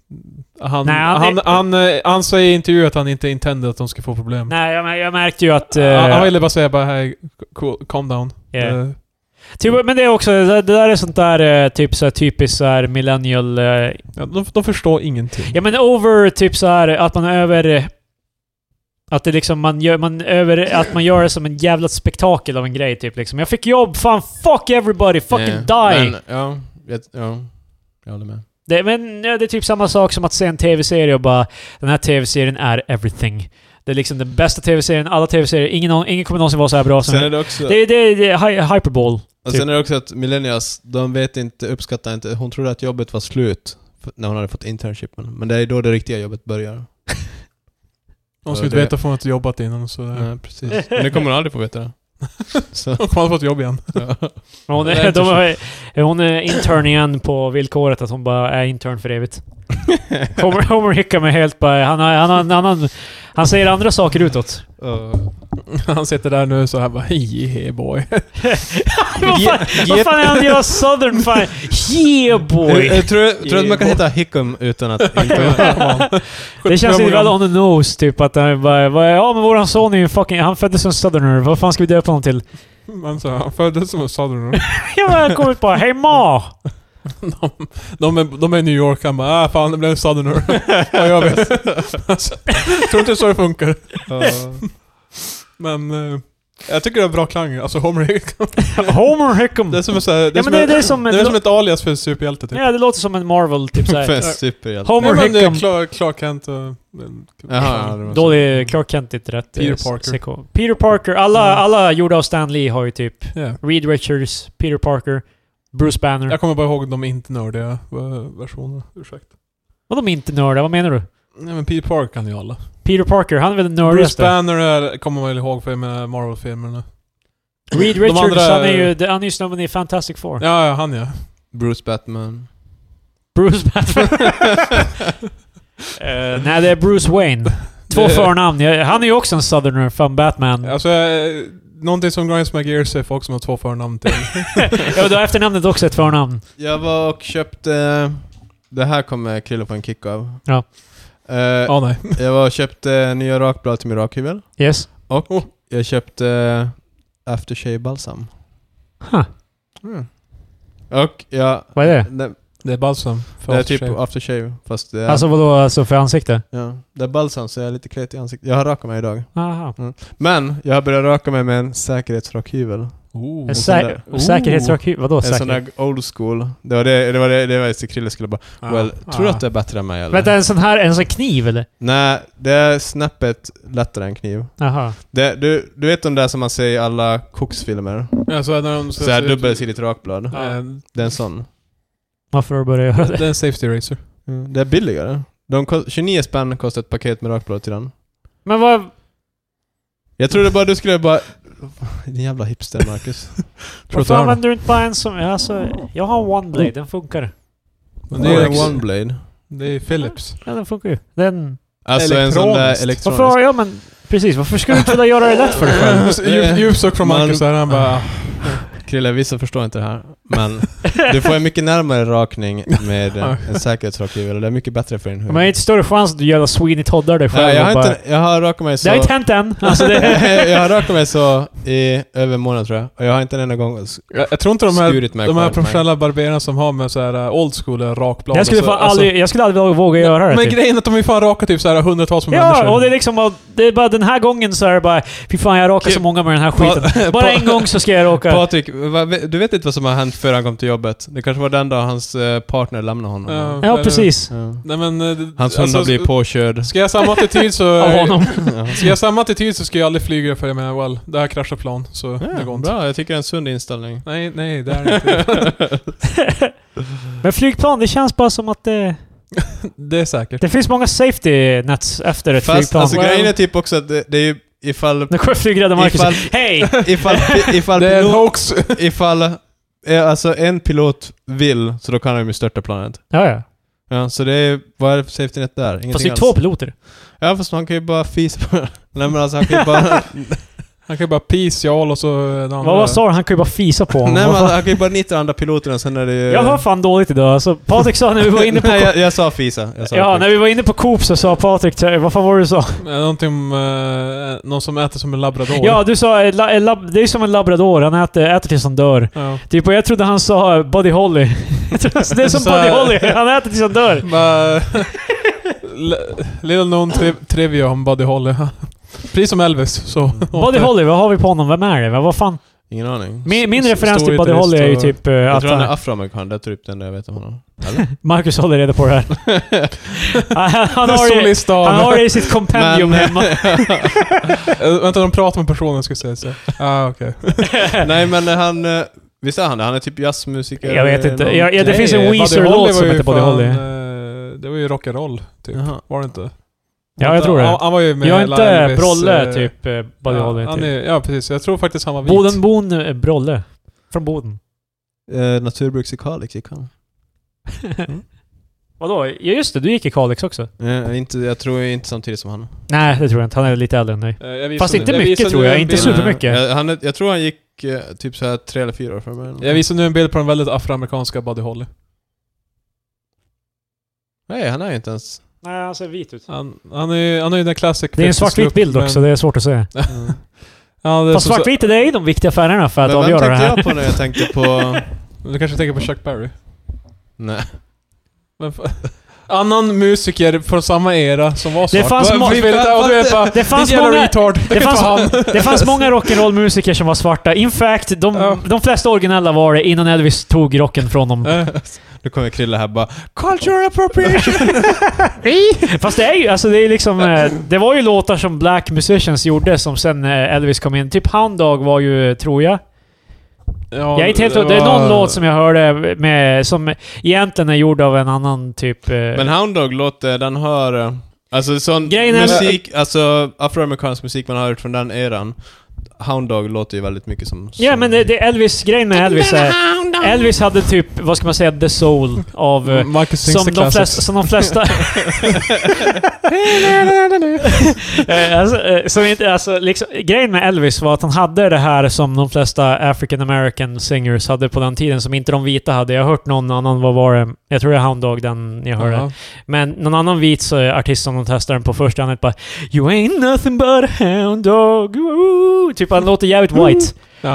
säger i intervju att han inte intended att de ska få problem. Nej, jag märkte ju att... han ville bara säga bara, hey, cool, calm down. Yeah. Men det är också, det där är sånt där typ så här, typiskt så här millennial... Ja, de förstår ingenting. Ja, men over typ så här att man över... Att det liksom man gör det som en jävla spektakel av en grej typ liksom. Jag fick jobb, fan, fuck everybody, fucking die! Men, jag håller med. Det är typ samma sak som att se en tv-serie och bara, den här tv-serien är everything. Det är liksom den bästa tv-serien, alla tv-serier, ingen kommer någonsin vara så här bra som... Sen är det också... Det är hyperball. Och typ. Sen är det också att millennials, de uppskattar inte... Hon trodde att jobbet var slut när hon hade fått internshipen. Men det är då det riktiga jobbet börjar. Hon skulle inte veta att hon inte jobbat innan. Så ja, precis. Men det kommer hon aldrig få veta det. Så. Hon kommer aldrig fått jobb igen. Ja. Hon är intern igen på villkoret att hon bara är intern för evigt. Homer Hickam är helt bara... Han säger andra saker utåt. Han sitter där nu så här bara, yeah boy. Vad fan är han? Jag southern fan. Yeah boy. Jag tror att man kan heta Hickam utan att... Det känns ju väl on the nose typ att han bara, ja men våran son är ju fucking... Han föddes som southerner. Vad fan ska vi döpa honom till? Man sa, han föddes som en southerner. Jag kom ut på, hey ma! De är i New York, han bara fan det blev en southerner. Ja, jag vet. Alltså, jag tror inte så det funkar. Men jag tycker det är bra klang. Alltså Homer Hickam. Homer Hickam. Det är som som ett alias för superhjälte typ. Ja, det låter som en Marvel typ såhär. För superhjälte. Homer Hickam. Clark Kent och... Då är Clark Kent inte rätt. Peter Parker. Alla gjorda av Stan Lee har ju typ Reed Richards, Peter Parker, Bruce Banner. Jag kommer bara ihåg de inte nördiga versionerna. Ursäkta. Och de är inte nördiga, vad menar du? Nej men Peter Parker kan ju alla. Peter Parker, han är väl den nördigaste. Bruce Banner kommer man väl ihåg för med Marvel-filmerna. Reed Richards, han är ju snubben i Fantastic Four. Ja, han ja. Bruce Batman. Nej, det är Bruce Wayne. 2 förnamn. Han är ju också en southerner från Batman. Alltså, någonting som grinds my gears är folk som har 2 förnamn till. Ja, då efternamnet också ett förnamn. Jag var och köpte... Det här kommer Krille på en kick av. Ja. Nej. Jag var och köpte nya rakblad till min rakhyvel. Yes. Och jag köpte aftershave balsam. Och vad är det? Det är balsam. Det är typ aftershave. Fast det är, alltså vadå? Alltså för ansikte? Ja. Det är balsam så jag är lite klet i ansiktet. Jag har rakat mig idag. Aha. Men jag har börjat raka mig med en säkerhetsrakhyvel. Säkerhetsrakhyvel? Vadå säkerhet? En sån där old school. Det var så Krille skulle bara... tror du att det är bättre än mig eller? Vänta, en sån kniv eller? Nej, det är snäppet lättare än kniv. Aha. Du vet om det som man ser i alla koksfilmer? Ja, så här dubbelsidigt rakblad. Det är en sån. Varför har du börjat göra det? Det är en safety razor. Det är billigare. 29 spänn kostar ett paket med rakblad till den. Men vad... Jag trodde bara du skulle bara... Din jävla hipster, Marcus. Varför använder du inte bara en som... Alltså, jag har en One Blade, den funkar. Men det är en One Blade. Det är Philips. Ja, den funkar ju. Den... Alltså en sån där elektronisk. Varför, ja men... Precis, varför skulle du inte vilja göra det lätt för dig själv? Djupsök från Marcus här, han bara... Krille, vissa förstår inte det här. Men du får en mycket närmare rakning med en säkerhetsrakhyvel. Det är mycket bättre för din huvud. Men det är inte större chans att du gör Sweeney Toddar dig själv. Jag har rakat mig så... Det har inte hänt än. Alltså jag har rakat mig så i över en månad tror jag. Och jag har inte en enda gång jag tror inte de här professionella barberarna som har med så här old school rakblad. Jag skulle aldrig våga göra det. Men grejen är att de är fan raka typ så här hundratals med människor. Ja, och det är liksom... Det är bara den här gången så är det bara... Fy fan, jag rakar så många med den här skiten. Bara en gång så ska jag raka. Patrik, du vet inte vad som har hänt förrän han kom till jobbet. Det kanske var den dag hans partner lämnade honom. Ja, precis. Ja. Nej, men, hans hundar blir påkörd. Ska jag samma attityd så... av honom. Ska jag samma attityd så ska jag aldrig flyga för jag menar, det här kraschar plan. Så det går inte. Bra, jag tycker det är en sund inställning. Nej, det är inte. Men flygplan, det känns bara som att det... Det är säkert. Det finns många safety nets efter ett flygplan. Alltså grejen är typ också att det är ju ifall... Nu kommer flygrädda Marcus. Hej! Ifall det är en hoax. Ifall alltså en pilot vill så då kan han ju störta planet. Ja, så det är... Vad är det för safety net där? Ingenting fast det är 2 piloter. Ja, fast man kan ju bara fisa på det. Nej, men alltså han kan ju bara... Han kan ju bara pisial och så... Vad sa du? Han kan ju bara fisa på honom. Nej, men han kan ju bara nita andra piloterna sen är det ju... Jag hör fan dåligt idag. Alltså, Patrik sa när vi var inne på... Nej, jag sa fisa. När vi var inne på Coop så sa Patrik... Vad fan var det du sa? Någonting någon som äter som en labrador. Ja, du sa... det är som en labrador. Han äter tills han dör. Ja. Typ, och jag trodde han sa Buddy Holly. Det är som Buddy Holly. Han äter tills han dör. Little known trivia om Buddy Holly. Precis som Elvis. Så. Buddy Holly, vad har vi på honom? Vem är det? Vad fan? Ingen aning. Min referens till Buddy Holly är ju typ... jag tror han är afroamerikan. Det är typ den jag vet om honom. Eller? Marcus håller reda på det här. han har det i sitt kompendium hemma. Vänta, de pratar med personen, ska jag säga så. Okej. Nej, men han... Visst är han det? Han är typ jazzmusiker. Jag vet inte. Det finns en Weezer-låt som heter Buddy Holly. Det var ju rock'n'roll, typ. Var det inte? Ja, jag tror det. Han var ju med. Jag är inte Elvis, Brolle, typ Buddy Holly. Typ. Ja, precis. Jag tror faktiskt han var vit. Boden Brolle. Från Boden. Naturbruks i Kalix gick han. Vadå? Ja, just det. Du gick i Kalix också. Jag tror inte samtidigt som han. Nej, det tror jag inte. Han är lite äldre än dig. Fast inte mycket, tror jag. Inte supermycket. Jag tror han gick typ så här 3 eller 4 år för mig. Jag visar nu en bild på den väldigt afroamerikanska Buddy Holly. Nej, han är ju inte ens... Nej, han ser vit ut. Han är ju den classic. Det är en svartvit bild också, det är svårt att säga. Fast svartvit, det är ju de viktiga färgerna för att avgöra det här. Men vem tänkte jag på när jag tänkte på... Du kanske tänker på Chuck Berry? Nej. Annan musiker från samma era som var svart. Det fanns många rock'n'roll-musiker som var svarta. In fact, de flesta originella var det innan Elvis tog rocken från dem. Nu kommer Krille här bara cultural appropriation. Fast det är ju, alltså det är liksom, det var ju låtar som Black Musicians gjorde som sen Elvis kom in. Typ Hound Dog var ju, tror jag. Ja, jag är inte helt det är någon låt som jag hörde med, som egentligen är gjord av en annan typ... Men Hound Dog låter, den har... Alltså sån musik, alltså afroamerikansk musik man har hört från den eran. Hound Dog låter ju väldigt mycket som... Ja, men det är Elvis, grejen med Elvis är... Elvis hade typ, vad ska man säga, the soul av... som de flesta... grejen med Elvis var att han hade det här som de flesta African American singers hade på den tiden, som inte de vita hade. Jag har hört någon annan, vad var det? Jag tror det är Hound Dog, den jag hörde. Men någon annan vit artist som de testade den på första, han bara You ain't nothing but a hound dog. Typ han låter jävligt white.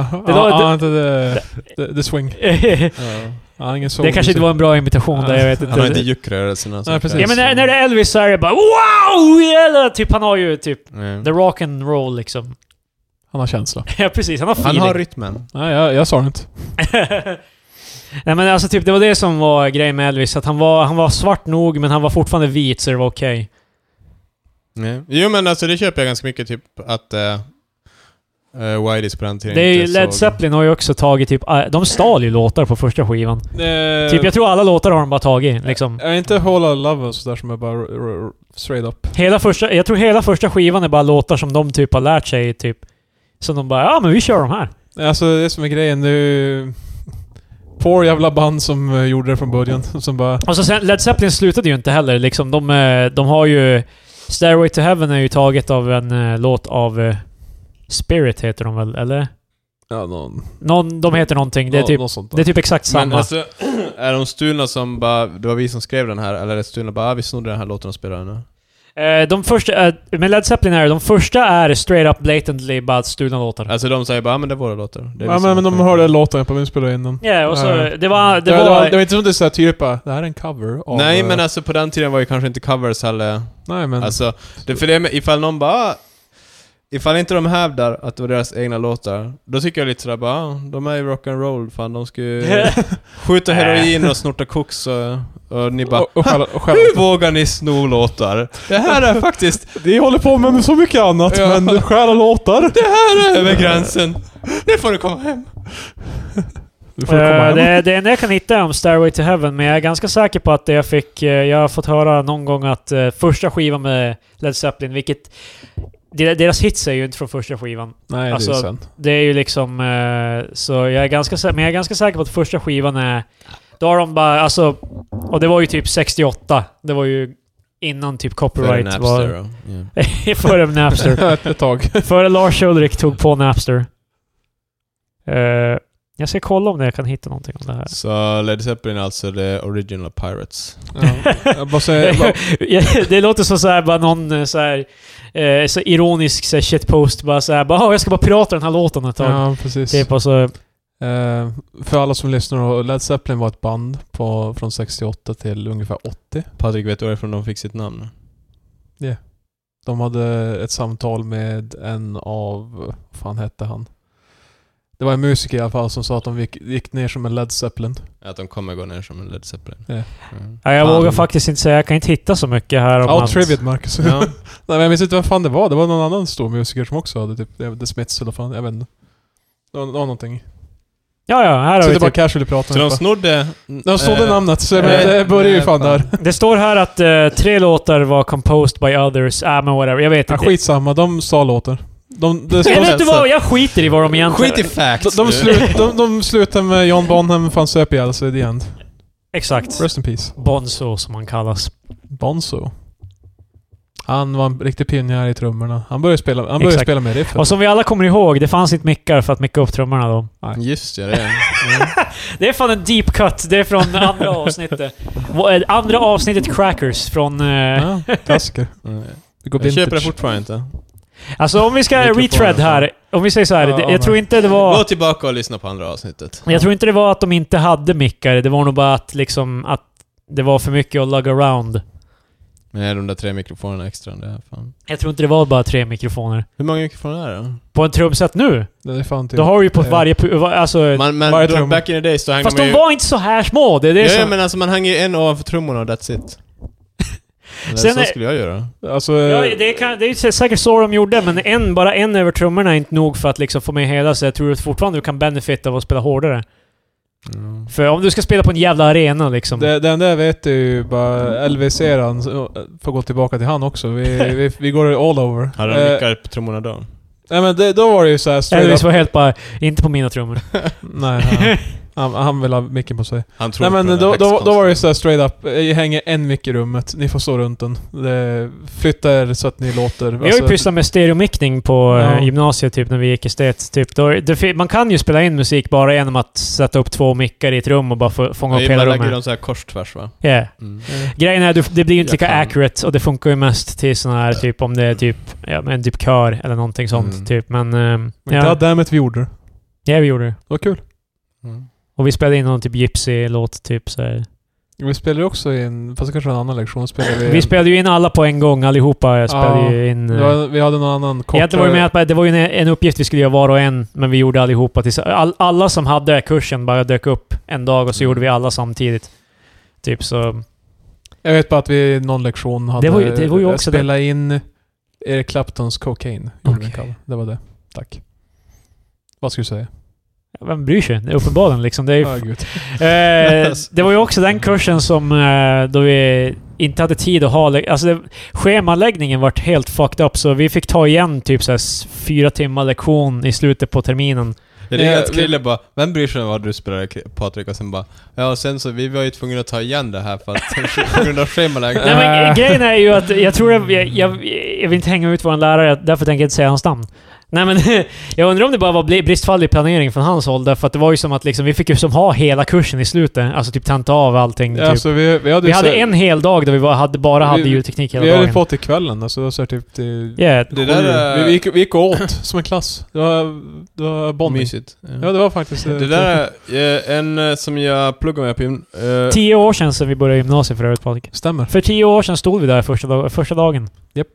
The swing. Det kanske inte var en bra imitation där, jag vet inte. Han har inte juckrörelserna. Ja, men när det är Elvis så är det bara wow! Yeah! Typ han har ju typ the rock and roll liksom. Han har känsla. Ja, precis. Han har feeling. Han har rytmen. Nej, jag sa det inte. Nej, men alltså typ det var det som var grejen med Elvis, att han var svart nog, men han var fortfarande vit, så det var okej. Jo, men alltså det köper jag ganska mycket, typ att Whiteys på den tiden. Det är ju Led Zeppelin har ju också tagit typ... De stal ju låtar på första skivan. Typ jag tror alla låtar har de bara tagit liksom. Är inte Whole Lotta Love och sådär som är bara straight up? Jag tror hela första skivan är bara låtar som de typ har lärt sig typ. Som de bara, ja men vi kör de här. Alltså det som är grejen nu... Få jävla band som gjorde det från början. Som bara... Och så sen, Led Zeppelin slutade ju inte heller liksom. De har ju... Stairway to Heaven är ju taget av en låt av... Spirit heter de väl, eller? Ja, de heter någonting. Det är typ, det är typ exakt samma. Men alltså, är de stulna som bara... Det var vi som skrev den här, eller är det stulna bara vi snodde den här låten och spelade den? De första... med Led Zeppelin är de första är straight up blatantly bara stulna låtar. Alltså de säger bara, men det är våra låtar. Det är ja, men de hörde låten på vem spelade in den. Ja, och så... Det var inte som du sa typ det här är en cover av... Nej, men alltså på den tiden var ju kanske inte covers heller. Nej, men... Alltså, det för det ifall någon bara... Ifall inte de hävdar att det var deras egna låtar, då tycker jag lite sådär bara, de är ju rock'n'roll, fan de ska ju skjuta heroin och snorta koks och ni bara, hur vågar ni sno låtar? Det här är faktiskt... De håller på med så mycket annat, men stjäla låtar. Det här är över gränsen. Det får du komma hem. Det enda jag kan hitta om Stairway to Heaven, men jag är ganska säker på att jag har fått höra någon gång att första skivan med Led Zeppelin, vilket deras hits är ju inte från första skivan. Nej, alltså, det är sant. Det är ju liksom så jag är ganska säker på att första skivan är, då har de bara, alltså, och det var ju typ 68. Det var ju innan typ copyright före Napster. Ett tag. Före Lars Ulrich tog på Napster. Jag ska kolla om jag kan hitta någonting om det här. Så Led Zeppelin alltså the original Pirates. Det låter så här bara någon så här så ironisk så shitpost bara så här bara jag ska bara pirata den här låten ett tag. Ja, precis. Typ alltså, för alla som lyssnar, Led Zeppelin var ett band från 68 till ungefär 80. Patrik, vet du varifrån de fick sitt namn? Ja. Yeah. De hade ett samtal med en av, vad fan hette han? Det var en musiker i alla fall som sa att de gick ner som en Led Zeppelin. Att de kommer gå ner som en Led Zeppelin. Yeah. Ja, jag vågar faktiskt inte säga. Jag kan inte hitta så mycket här om allt. Triviet, Marcus. Ja. Nej, men jag minns inte vad fan det var. Det var någon annan stor musiker som också hade typ The Smiths eller fan. Jag vet inte. Det var någonting. Ja, här har så vi det bara casually prata. Så de snodde... De snodde namnet, så det börjar ju fan där. Det står här att 3 låtar var composed by others. Men whatever. Jag vet inte. Skitsamma, de sa låtar. Jag vet inte vad, jag skiter i vad de egentligen... Skit i facts. De slutar med John Bonham fan söp ihjäl sig i the end. Exakt. Rest in peace. Bonzo som han kallas. Bonzo. Han var en riktig pionjär i trummorna. Han började spela med riffet. Och som vi alla kommer ihåg, det fanns inte mickar för att micka upp trummorna då. Just det. Det är fan en deep cut. Det är från andra avsnittet. Andra avsnittet Crackers från... klassiker. Jag köper det fortfarande inte. Alltså om vi ska Mikrofonen, retread här. Om vi säger så här, jag tror inte det var... Gå tillbaka och lyssna på andra avsnittet. Jag tror inte det var att de inte hade mickar. Det var nog bara att liksom att det var för mycket att lug around. Nej, de där 3 mikrofonerna extra. Det är fan. Jag tror inte det var bara 3 mikrofoner. Hur många mikrofoner är det? På en trumset nu? Det är fan typ, Då har du ju på varje... Alltså, Men varje då, trum. back in the days då hängde fast man de ju... var inte så här små. Det är det Ja, som... men alltså man hänger ju en ovanför trummorna och that's it. Sen så är- skulle jag göra. alltså, Ja, det är ju säkert så de gjorde, men bara en över trummorna är inte nog för att liksom få med hela, så jag tror att fortfarande du kan benefit av att spela hårdare. För om du ska spela på en jävla arena liksom... det enda jag vet är ju bara LVC-ran, får gå tillbaka till han också. Vi går all over. Hade de mickar på trummorna då? Nej men då var det ju såhär straight Elvis up. var helt bara, inte på mina trummor. Nej, han vill ha micken på sig. Han tror Nej men på den då var det ju såhär straight up. Jag hänger en mick i rummet, ni får stå runt den. Flytta er så att ni låter. Vi har ju pysslat med stereomickning på Ja. gymnasiet typ när vi gick estet. Typ. Man kan ju spela in musik bara genom att sätta upp 2 mickar i ett rum och bara fånga upp hela Man lägger rummet. dem så här kors tvärs va? Yeah. Grejen är det blir ju inte Jag lika kan. accurate och det funkar ju mest till sån här typ om det är typ en typ kör eller någonting sånt typ. Men Men ja. goddammit vi gjorde det. Ja, vi gjorde det. Det var kul. Och vi spelade in någon typ Gypsy-låt typ så här. Vi spelade ju också in, fast det kanske var en annan lektion, spelade Vi spelade ju in alla på en gång, allihopa. Jag spelade Ja, ju in... vi hade någon annan Egentligen var det med att det var ju en uppgift vi skulle göra var och en, men vi gjorde allihopa tillsammans. Alla som hade kursen bara dök upp en dag och så gjorde vi alla samtidigt. Typ så... Jag vet bara att vi i någon lektion hade Det var ju också spelat in Eric Claptons Cocaine. Okej. Det var det. Tack. Vad ska du säga? Vem bryr sig? Det är uppenbarligen liksom. Det är ju Ah, gud. det var ju också den kursen som då vi inte hade tid att ha... Alltså schemaläggningen vart helt fucked up, så vi fick ta igen typ så här 4 timmar lektion i slutet på terminen. Jag tycker att Krille bara, vem bryr sig om vad du spelar Patrik? Och sen bara, ja och sen så vi var ju tvungna att ta igen det här för att på grund av schemaläggning. Nej, men grejen är ju att jag tror jag vill inte hänga ut vår lärare, därför tänker jag inte säga hans namn. Nej men jag undrar om det bara var bristfallig planering från hans håll, därför att det var ju som att liksom, vi fick ju som ha hela kursen i slutet, alltså typ tenta av allting. Ja, Typ. alltså, vi hade en hel dag där vi bara hade ljudteknik hela vi dagen. hade fått till kvällen, alltså det var så här typ till... Yeah. Det där vi gick och åt som en klass. Det var bonding. mysigt. Ja, det var faktiskt... Det där är en som jag pluggar med på 10 år sedan vi började gymnasiet för övrigt, Patrik. Stämmer. För 10 år sedan stod vi där första dagen.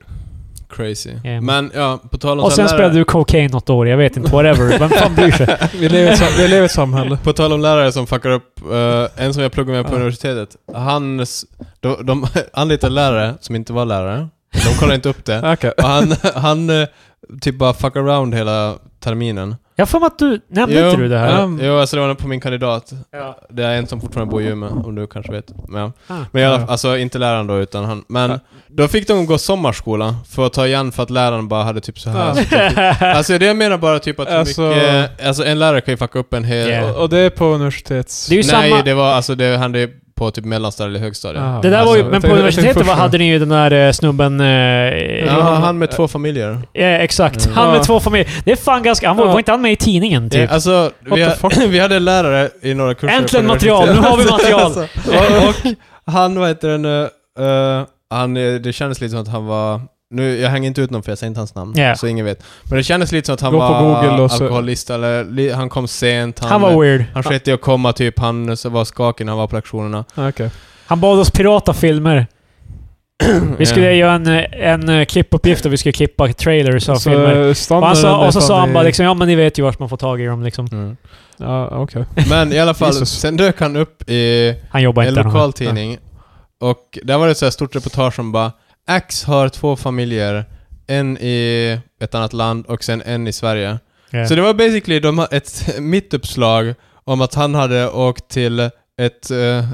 crazy. Yeah. Men ja, på tal om Och sen spelade du cocaine något år, jag vet inte, whatever. Vem fan bryr sig? Vi lever i ett samhälle. På tal om lärare som fuckar upp, en som jag pluggar med på universitetet, de anlitade lärare som inte var lärare. De kollade inte upp det. Okay. Och han typ bara fuck around hela terminen. Jag får att du nämnde inte du det här. Jo, alltså det var på min kandidat. Ja. Det är en som fortfarande bor i Umeå, om du kanske vet. Men, Ah. men i alla, alltså inte läraren då, utan han. Men då fick de gå sommarskola för att ta igen för att läraren bara hade typ så här. Alltså det jag menar bara typ att alltså en lärare kan ju fucka upp en hel... Yeah. Och det är på universitets... Det är ju Nej, samma... det var alltså det hände på typ mellanstadiet eller högstadiet. Aha. Det där var ju, men på jag universitetet tänkte hade ni ju den där snubben... Ja, han med 2 familjer. Ja, exakt. Han med 2 familjer. Det är fan ganska... Han var inte han med i tidningen, typ? Ja, alltså, vi hade en lärare i några kurser. Äntligen material! Nu har vi material! Alltså, och han, vad heter den, det kändes lite som att han var... Nu, jag hänger inte ut någon för jag säger inte hans namn, så ingen vet. Men det kändes lite som att han Gå på var Google och så- alkoholist, eller han kom sent. Han var weird. Han sket i att komma, typ. Han så var skakig när han var på lektionerna. Okay. Han bad oss pirata filmer. Vi skulle göra en klippuppgift och vi skulle klippa trailers av filmer. Och så sa han bara liksom, ja men ni vet ju vart man får tag i dem liksom. Mm. Ja, okej. Men i alla fall, Jesus. sen dök han upp i Han jobbar en inte där. lokaltidning. Och där var det ett så här stort reportage som bara X har 2 familjer, en i ett annat land och sen en i Sverige. Yeah. Så det var basically ett mittuppslag om att han hade åkt till ett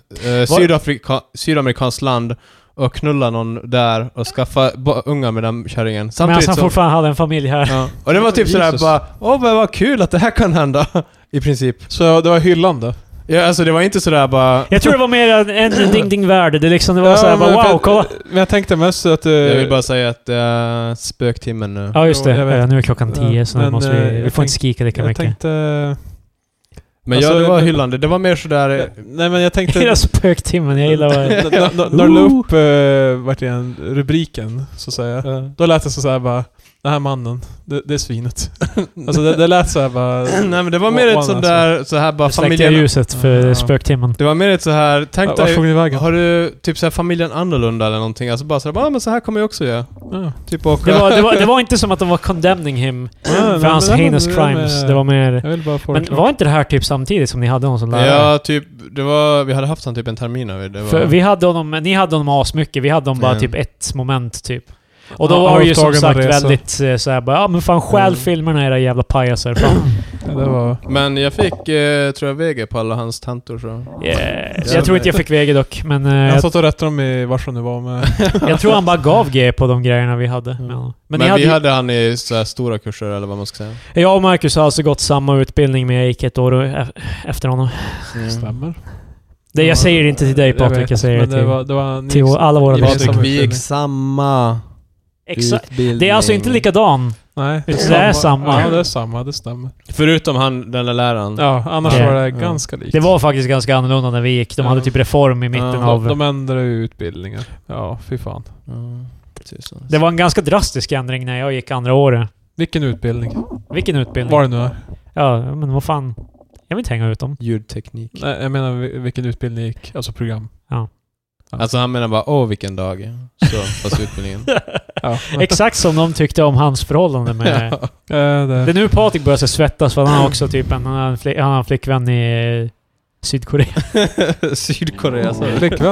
sydamerikanskt land och knulla någon där och skaffa unga med den kärringen. Men Samtidigt han fortfarande hade en familj här. Ja. Och det var typ sådär bara, men vad kul att det här kan hända. I princip. Så det var hyllande? Ja, alltså det var inte sådär bara... Jag tror det var mer en ding-ding-värld. Det liksom, det var såhär bara, wow, kolla! Men jag tänkte mest att... Jag vill bara säga att det är spöktimmen nu. Ja, just det. Jo, jag vet. Nu är klockan 10, så Men, måste vi får inte skrika lika jag mycket. tänkte... Men alltså, ja, det var hyllande. Det var mer sådär... Nej, men jag tänkte... Hela spöktimmen, jag gillar vad... När du la upp vart igen, rubriken, så att säga. Då lät det så såhär bara... Den här mannen. Det är svinet. Alltså det lät så här bara... Nej men det var mer ett sånt där så här bara familjen... ljuset för spöktimmen. Det var mer ett så här... Tänk dig, har du typ så här familjen annorlunda eller någonting? Alltså bara så här, men så här kommer jag också göra. Ja. Typ det var inte som att de var condemning him för hans heinous crimes. Det var mer... Men var inte det här typ samtidigt som ni hade honom som lärare? Ja, typ... Det var... Vi hade haft han typ en termin av det. För vi hade honom... Ni hade honom asmycket. Vi hade honom bara typ ett moment typ. Och då var det ju som sagt väldigt såhär bara, men fan stjäl filmerna era jävla pajaser. Det var... Men jag fick, tror jag, VG på alla hans tentor så... Jag tror inte jag fick VG dock, men... jag satt och rättade dem i varsin det var med... jag tror han bara gav G på de grejerna vi hade. Men vi hade han i så här stora kurser, eller vad man ska säga. Jag och Marcus har alltså gått samma utbildning, men jag gick ett år efter honom. Stämmer. Det jag säger inte till dig, Patrik, jag säger det till alla våra lyssnare. Vi gick samma... Exakt. Det är alltså inte likadan. Nej. Det är samma. Ja, det är samma. Det stämmer. Förutom den där läraren. Ja, annars var det ganska likt. Det var faktiskt ganska annorlunda när vi gick. De hade typ reform i mitten av... De ändrade ju utbildningen. Ja, fy fan. Det var en ganska drastisk ändring när jag gick andra året. Vilken utbildning? Var det nu är? Ja, men vad fan. Jag vill inte hänga ut dem. Ljudteknik. Nej, jag menar vilken utbildning gick. Alltså program. Ja. Alltså han menar bara, vilken dag. Så, fast utbildningen. Exakt som de tyckte om hans förhållande med... Det är nu Patrik börjar sig svettas för han har också typ han har en flickvän i Sydkorea. Sydkorea, så. Flickvän?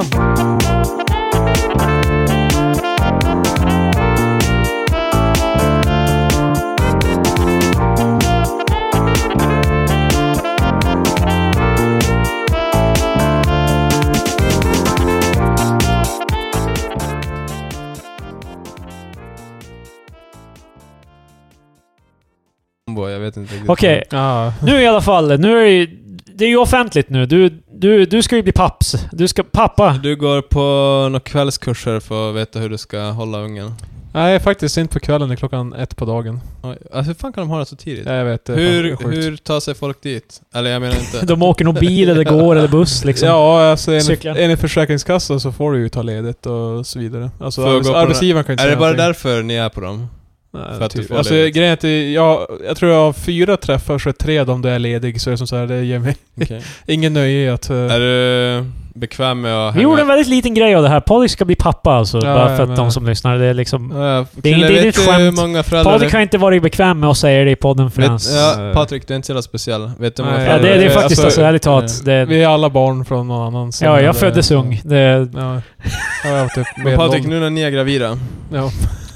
Jag vet inte riktigt. Okej. Nu i alla fall. Det är ju offentligt nu. Du ska ju bli papps. Du ska pappa. Du går på några kvällskurser för att veta hur du ska hålla ungen. Nej, faktiskt inte på kvällen. Det är 1:00 på dagen. Alltså hur fan kan de ha det så tidigt? Jag vet. Hur tar sig folk dit? Eller jag menar inte... De åker nog bil eller går eller buss liksom. Ja, alltså enligt Försäkringskassan så får du ju ta ledigt och så vidare. Alltså arbetsgivaren kan inte säga. Är det bara någonting. därför ni är på dem? Nej, för att typ. Alltså grejen är att jag tror jag har 4 träffar, så är 3 av dem där är ledig, så är det som så här, det ger mig ingen nöje i att... Är du bekväm med att Vi gjorde en väldigt liten grej av det här. Patrik ska bli pappa alltså, bara för att de som lyssnar, det är liksom... det är inte skämt. Patrik har inte varit bekväm med att säga det i podden för hans... Patrik, du är inte så jävla speciell. Vet du det är faktiskt alltså, ärligt talat. Vi är alla barn från någon annan. Ja, jag föddes ung. Typ men Patrik, nu när ni är gravida. Ja.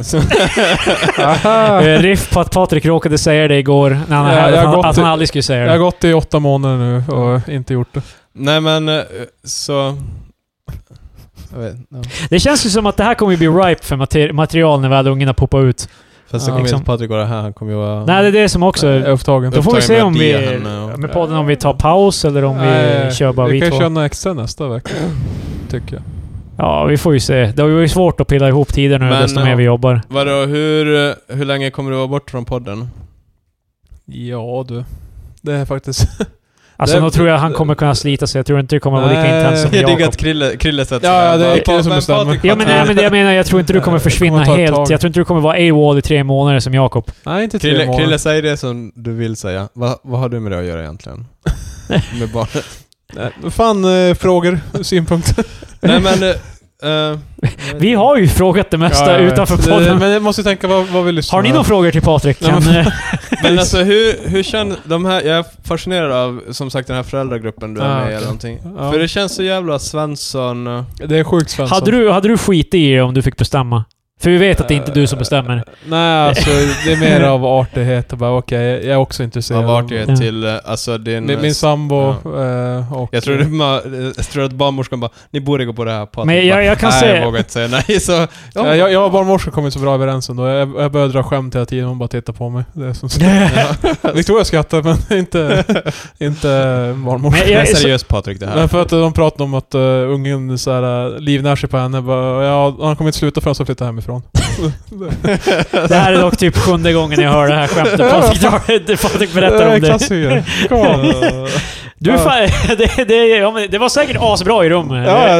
Riff på att Patrik råkade säga det igår när han aldrig skulle säga det. Jag har gått i 8 månader nu och inte gjort det. Nej men så... Jag vet, Det känns ju som att det här kommer bli ripe för material när väl ungarna poppar ut. Fast det kommer inte Patrik gå det här, han kommer ju vara... Nej, det är det som också är upptagen. Då får vi se om vi... Med podden om vi tar paus eller om vi kör bara vi två. kan köra några extra nästa vecka, tycker jag. Ja, vi får ju se. Det har ju svårt att pilla ihop tider nu desto mer vi jobbar. Vadå, hur länge kommer du vara bort från podden? Ja du, det är faktiskt... Alltså då tror jag han kommer kunna slita sig. Jag tror inte det kommer vara lika intens som Jakob. Jag diggar att Krille sätter sig. Ja, det är Krille som bestämmer. Ja, men jag menar, jag tror inte du kommer försvinna helt. Jag tror inte du kommer vara AWOL i 3 månader som Jakob. Nej, inte 3 månader. Krille, säg det som du vill säga. Vad har du med det att göra egentligen? Med barnet? Fan, frågor, synpunkter. Nej, men... vi har ju frågat det mesta utanför podden. Men jag måste tänka vad vi lyssnar. Har ni några frågor till Patrik? Men alltså hur känner de här... Jag är fascinerad av, som sagt, den här föräldragruppen du är med eller någonting. För det känns så jävla Svensson... Det är sjukt Svensson. Hade du skit i om du fick bestämma? För vi vet att det inte är du som bestämmer. Nej, alltså det är mer av artighet och bara jag är också intresserad av artighet till alltså din min sambo och jag tror att barnmorskan bara ni borde gå på det här på. Men jag kan säga jag vågar inte säga nej så jag och barnmorskan kommer så bra överens ändå. Jag börjar dra skämt hela tiden, hon bara tittar på mig. Det är som Victoria skrattar men inte barnmorskan. Det är seriöst Patrik det här. Men för att de pratar om att ungen så här livnär sig på henne bara, han kommer inte sluta förrän så flyttar hemifrån. Det här är dock typ 7:e gången jag hör det här skämtet. Patrik berättar om det. Du fan, det var säkert asbra i rummet. Ja,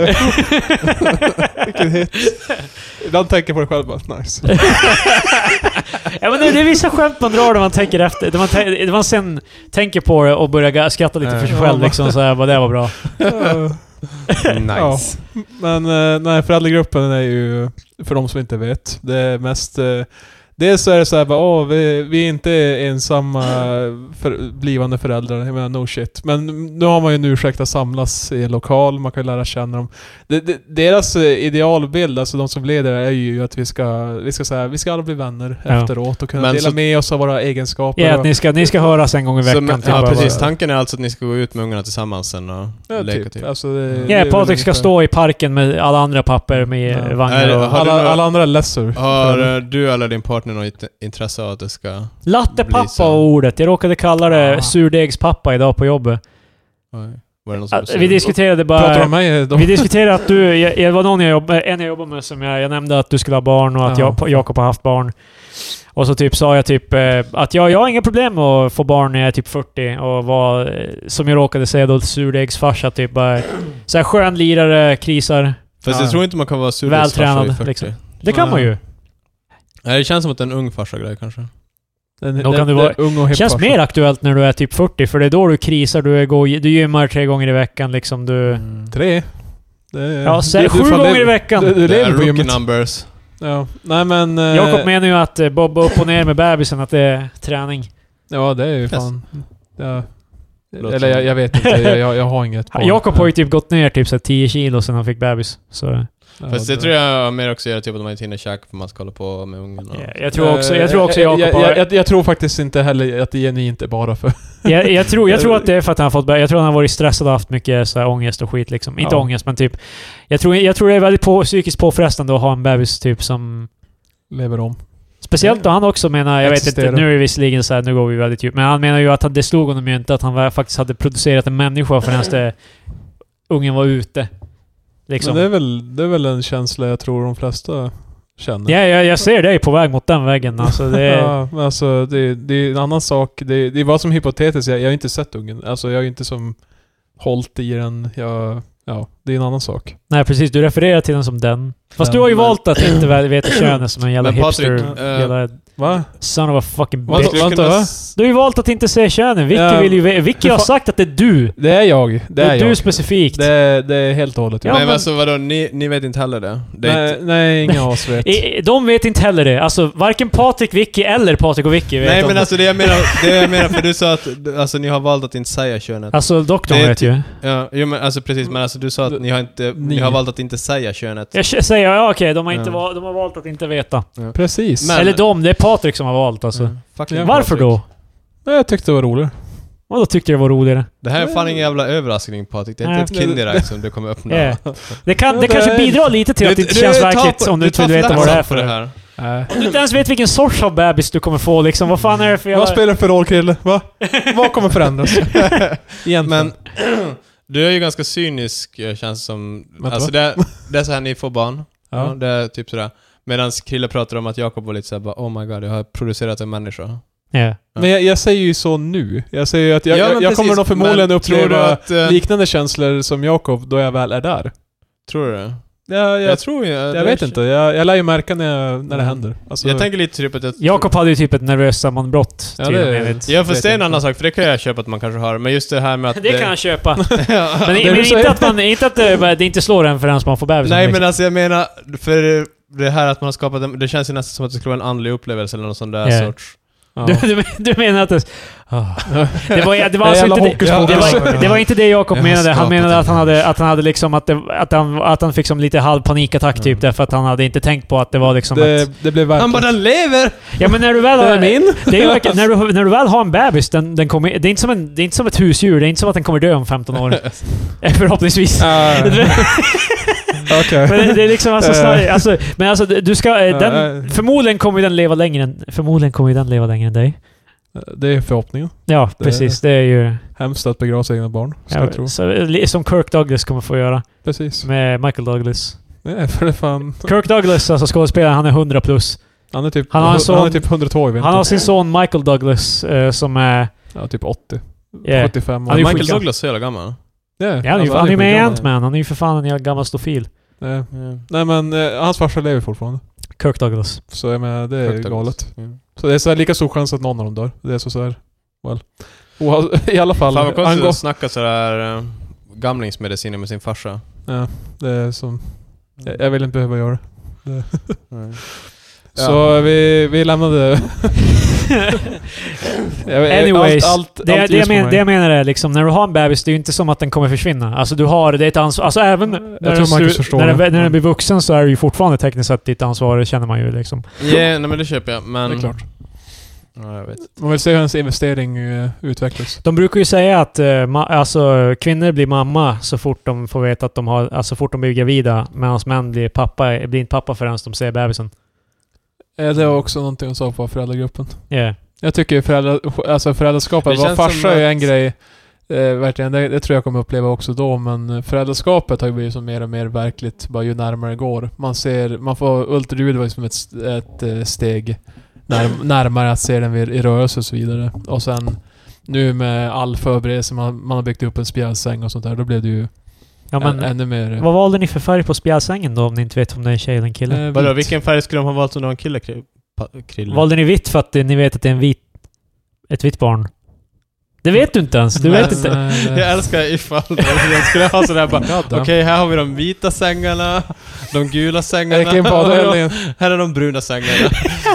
vilken hit. Ibland tänker på det själv bara, nice. Ja, men det är vissa skämt man drar när man tänker efter. När man sen tänker på det och börjar skratta lite för sig själv liksom, så här, det var bra. Nice. Ja. Men nej, föräldragruppen är ju, för de som inte vet, det är mest... Dels så är det så här bara, vi är inte ensamma blivande föräldrar. Jag menar, no shit. Men nu har man ju en ursäkt att samlas i en lokal. Man kan ju lära känna dem. Deras idealbild, alltså de som leder, är ju att vi ska alla bli vänner efteråt och kunna dela med oss av våra egenskaper. Ja, att ni ska höras en gång i veckan. Ja, precis. Tanken är alltså att ni ska gå ut med ungarna tillsammans sen och leka typ. Alltså, Patrik ska stå i parken med alla andra papper med vagnar och... Alla andra är lesser. Har du eller din partner något intresse av att det ska... Lattepappa och ordet. Jag råkade kalla det surdegspappa idag på jobbet. Var det någon som vi diskuterade bara... Pratar om mig då? Vi diskuterade att det var någon jag jobbade med som jag nämnde att du skulle ha barn och att Jakob har haft barn. Och så typ sa jag typ att jag har inga problem att få barn när jag är typ 40 och var, som jag råkade säga då, surdegsfarsa typ bara så här skön lirare, krisar. Fast jag tror inte man kan vara surdegsfarsa vid 40. Liksom. Det kan man ju. Nej, det känns som att det är en ung farsa-grej kanske. Det känns mer aktuellt när du är typ 40, för det är då du krisar, du gymmar 3 gånger i veckan liksom, du... 3? 7 gånger i veckan. Du lever på rookie numbers. Ja, nej men... Jakob menar ju att bobba upp och ner med bebisen, att det är träning. Ja, det är ju fan... Ja. Eller jag vet inte, jag har inget barn. Jakob har ju typ gått ner typ så 10 kilo sen han fick bebis, så... Fast det tror jag mer också gör typ att de inte hinner käka för man ska hålla på med ungen. Jag tror också Jakob har... Jag tror faktiskt inte heller att det genuint är bara för... jag tror att det är för att han har fått... Jag tror att han har varit stressad och haft mycket så här ångest och skit liksom. Inte ångest, men typ... Jag tror det är väldigt psykiskt påfrestande att ha en bebis typ som... Lever om. Speciellt då han också menar... Jag vet inte, nu är det visserligen så här, nu går vi väldigt djupt. Men han menar ju att det slog honom ju inte att han faktiskt hade producerat en människa förrän ungen var ute. Liksom. Men det är väl en känsla jag tror de flesta känner. Ja, jag ser dig på väg mot den vägen. Alltså, det är... Ja, alltså, det är en annan sak. Det var som hypotetiskt. Jag har inte sett ungen. Alltså, jag är inte som hållit i den. Det är en annan sak. Nej, precis. Du refererar till den som den. Fast du har ju valt att inte veta könet som en jävla hipster. Va? Son of a fucking bitch. Va? Du har ju valt att inte se könen. Vicky har sagt att det är du. Det är jag. Det är du specifikt. Det är helt och hållet. Ja, men alltså vadå? Ni vet inte heller det? Nej, inga av oss vet. De vet inte heller det. Alltså, varken Patrik, Vicky eller Patrik och Vicky vet. Nej, men alltså det jag menar för du sa att alltså, ni har valt att inte säga könet. Alltså, doktorn vet ju. Ja, jo, men alltså precis. Men alltså du sa att ni har valt att inte säga könet. Jag säger, okej, de har valt att inte veta. Ja. Precis. Men, eller det är Patrik som har valt alltså. Varför då? Jag tyckte det var roligt. Och då tyckte jag det var roligare. Det här är fan ingen jävla överraskning, Patrik. Det är inte ett Kinderegg som du kommer öppna. Yeah. Det kanske bidrar lite till att det inte känns verkligt om du inte vill veta vad det är för det här. Om du inte ens vet vilken sorts av bebis du kommer få liksom. Vad fan är det för jävla... Vad spelar det för roll, Krille? Vad kommer förändras? Men du är ju ganska cynisk, känns som. Alltså det är så här ni får barn. Ja. Det är typ sådär. Medan Krille pratar om att Jakob var lite såhär, oh my god, jag har producerat en människa. Yeah. Men jag säger ju så nu. Jag säger ju att jag kommer nog förmodligen uppleva liknande känslor som Jakob då jag väl är där. Tror du det? Jag tror jag vet inte. Jag lär ju märka när det händer. Alltså, jag tänker lite typ att Jakob hade ju typ ett nervöst sammanbrott. Ja, fast det är en annan sak, för det kan jag köpa att man kanske har. Men just det här med att... det kan jag köpa. Men inte att det inte slår en förrän man får bebis. Nej, men alltså jag menar, för det här att man har skapat det känns ju nästan som att det skulle vara en andlig upplevelse eller någon sån där sorts. Ja. Du menar att det var alltså inte det var inte det Jakob menade. Han menade att han hade liksom att han fick som lite halv panikattack typ därför att han hade inte tänkt på att det var liksom det blev han bara, den lever. Ja, men när du väl har när du väl har en bebis, den kommer, det är inte som ett husdjur, det är inte som att den kommer dö om 15 år. Förhoppningsvis. Okay. Men det är liksom alltså, men alltså du ska förmodligen kommer den leva längre än dig. Det är förhoppningen. Ja, precis. Det är ju hemskt att begrava sina egna barn, ska jag tro. Som Kirk Douglas kommer få göra. Precis. Med Michael Douglas. Nej, för det fan. Kirk Douglas, alltså skådespelaren, han är 100 plus. Han är typ 102, jag vet inte. Han har sin son Michael Douglas som är... Ja, typ 80. 75 år. Han är ju Michael skitgammal. Douglas är så jävla gammal. Yeah. Ja, han är ju med i skitgammal. Ant-Man. Han är ju för fan en jävla gammal stofil. Nej men hans farsa lever fortfarande. Kirk Douglas. Så jag menar, det är Kirk Douglas. galet. Mm. Så det är så här lika stor chans att någon av dem dör. Det är så här. Well. I alla fall. Fan vad konstigt går- att snacka sådär gamlingsmediciner med sin farsa. Ja, det är som... Jag vill inte behöva göra det. Nej. Så vi lämnade... Anyways, allt det ljus på mig. jag menar är liksom, när du har en bebis, det är ju inte som att den kommer försvinna. Alltså du har, det är ett ansvar. Alltså även tror Marcus förstår det. när den blir vuxen så är det ju fortfarande tekniskt sett ditt ansvar, det känner man ju liksom. Nej men det köper jag. Men... Det är klart. Ja, jag vet. Man vill se hur ens investering utvecklas. De brukar ju säga att alltså, kvinnor blir mamma så fort de får veta att de har, alltså fort de blir gravida, medan män blir inte pappa förrän de ser bebisen. Det var också någonting jag sa på föräldragruppen. Yeah. Jag tycker föräldraskapet, Det var känns farsa som är ju att- en grej. Verkligen, det tror jag kommer uppleva också då, men föräldraskapet har ju blivit som mer och mer verkligt bara ju närmare det går. Man får ultraljud var som ett steg närmare att se den i rörelse och så vidare. Och sen nu med all förberedelse, man har byggt upp en spjälsäng och sånt där, då blev det ju Ja, men, ännu mer... vad valde ni för färg på spjälsängen då, om ni inte vet om det är en tjej eller en kille? Vadå, vit. vilken färg skulle de ha valt om det var en kille? Krille? Valde ni vitt för att ni vet att det är ett vitt barn? Det vet du inte ens. Du vet inte. Jag älskar ifall jag skulle ha sådär bara... God Okej, här har vi de vita sängarna, de gula sängarna, Jag gick in på det. här är de bruna sängarna.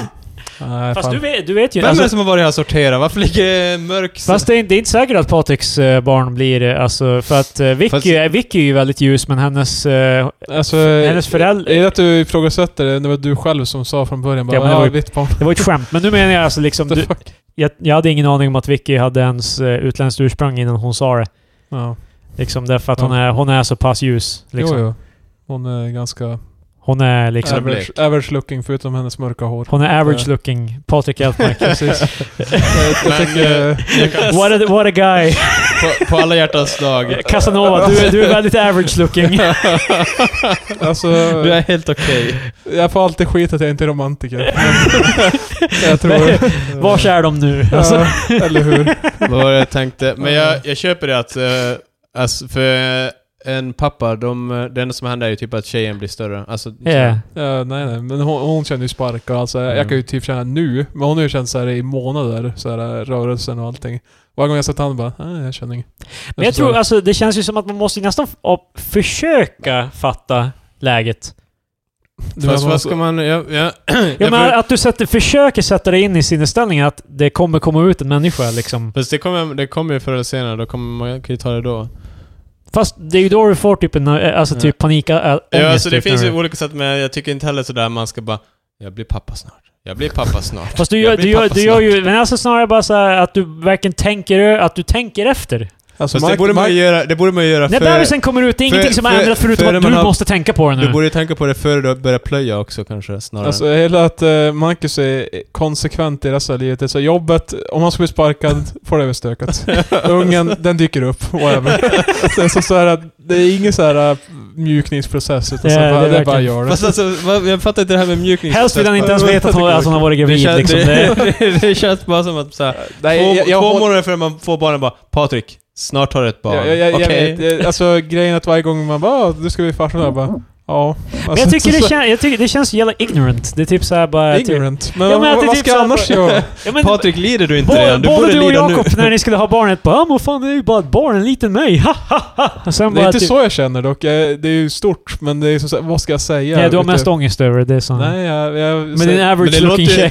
Nej, Fast fan. du vet ju... Vem är Alltså, det som har varit här och sorterat? Varför ligger mörk... fast det är inte säkert att Patricks barn blir... Alltså, för att Vicky är ju väldigt ljus, men hennes föräldrar... Är det att du ifrågasätter det? Det var du själv som sa från början bara, Ja, men det var ju- vitt barn. Det var ett skämt, men nu menar jag alltså liksom... The fuck? Jag hade ingen aning om att Vicky hade ens utländskt ursprung innan hon sa det. Ja. Liksom därför att Ja. hon är så pass ljus. Liksom. Jo. Hon är ganska Hon är liksom... average looking förutom hennes mörka hår. Hon är average looking. Patrik Elfmark. Precis. jag Men, tycker... What a guy. på alla hjärtans dag. Casanova, du är väldigt average looking. alltså, Du är helt okej. jag får alltid skit att jag inte är romantiker. jag tror... Vars är de nu? Alltså, Ja, eller hur? Vad var det jag tänkte? Men jag köper det att... alltså, för en pappa, det enda som händer är ju typ att tjejen blir större. Alltså, yeah. Ja, nej. Men hon känner ju spark och alltså, jag kan ju typ känna nu, men hon har ju känt så här i månader, så här rörelsen och allting. Varje gång jag sett han bara, nej, jag känner inget. Men jag tror, alltså, det känns ju som att man måste nästan försöka fatta läget. Fast vad ska man... Ja, men att du försöker sätta dig in i sinnesställningen att det kommer komma ut en människa liksom. Fast det kommer ju förr eller senare, då kommer man kan ju ta det då. Fast det är ju då du får typ typ panik. Ja, alltså det finns ju olika sätt, men jag tycker inte heller sådär man ska bara... Jag blir pappa snart. Fast du gör ju... Men alltså snarare bara så här att du verkligen tänker efter. Alltså, Fast det borde man ju göra När bebisen kommer ut, det är ingenting som har ändrats förutom att du måste tänka på den nu. Du borde ju tänka på det före du börjar plöja också kanske, snarare. Alltså hela att Marcus är konsekvent i resten av livet. Det är så jobbet, om han skulle bli sparkad får det väl stökat. Ungen, den dyker upp, whatever. så här att det är ingen så här mjukningsprocess, utan Ja, så bara, det är det bara gör det. Fast alltså, jag fattar inte det här med mjukningsprocess. Helst vill han inte ens veta att hon har varit gravid det, liksom. det känns bara som att såhär, Nej, två månader före man får barnen bara, Patrik, snart har du ett barn. Okej. Alltså grejen är att varje gång man bara, du ska bli farsan, jag bara, ja. Men jag tycker det känns jävla ignorant. Det är typ såhär bara... Ignorant? Men, Ja, men att det vad typ ska jag så annars här- göra? Ja, men, Patrik, lider du inte redan? Du både borde du och lida nu. Jakob när ni skulle ha barnet bara, vad fan, det är ju bara ett barn, en liten mig. Ha, ha, ha. Och sen Det bara är inte typ, så jag känner dock. Det är ju stort, men det är så, vad ska jag säga? Ja, du har mest ångest över det. Så. Nej, Men din average looking tjej.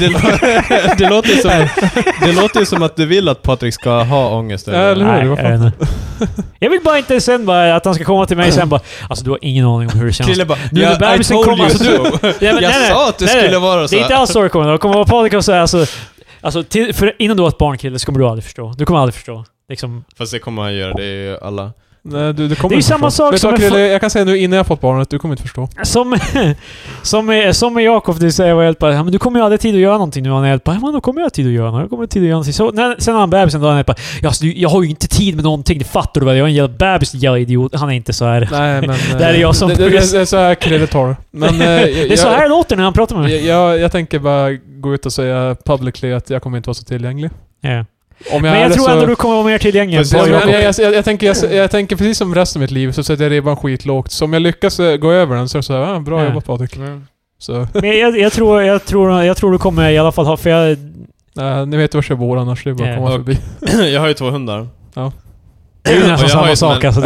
Det låter ju som att du vill att Patrik ska ha ångest. Ja, eller hur? Nej, Vad jag fan? vet inte. Jag vill bara inte sen bara att han ska komma till mig sen bara, alltså du har ingen aning om hur det känns. Krille bara, Nu när bebisen kommer, alltså du... Ja, men, Jag sa att det skulle vara så Det är inte här. alls så det kommer. Det kommer vara Patrik och säga alltså för innan du har ett barn, Krille, så kommer du aldrig förstå. Du kommer aldrig förstå. Liksom. Fast det kommer han göra, det är ju alla. Nej, du kommer Det är ju inte samma förstå. sak Vet du som vad, en Krille, jag kan säga nu innan jag fått barnet, du kommer inte förstå. Som med Jakob, du säger helt bara, ja, men du kommer ju aldrig tid att göra någonting nu. Han är helt bara, ja, men då kommer jag tid att göra något. Jag kommer tid att göra någonting. Så, sen har han bebisen, då är han helt bara, ja, alltså, jag har ju inte tid med någonting, det fattar du väl? Jag är en jävla bebis, jävla idiot. Han är inte så här. Nej, men... Det är jag som... det är så här Krille tar. Men... det är så här det låter när han pratar med mig. Jag tänker bara gå ut och säga publicly att jag kommer inte vara så tillgänglig. Ja. Men jag tror ändå du kommer vara mer tillgänglig. Jag tänker precis som resten av mitt liv så sätter jag ribban skitlågt. Så om jag lyckas gå över den så är det såhär, bra jobbat Patrik. Så. Men jag tror du kommer i alla fall ha, för jag... Ni vet var jag bor annars, det är bara att komma förbi. Jag har ju 2 hundar. Ja. Det är ju nästan samma sak alltså.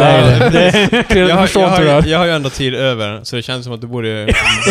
Jag har ju ändå tid över, så det känns som att du borde...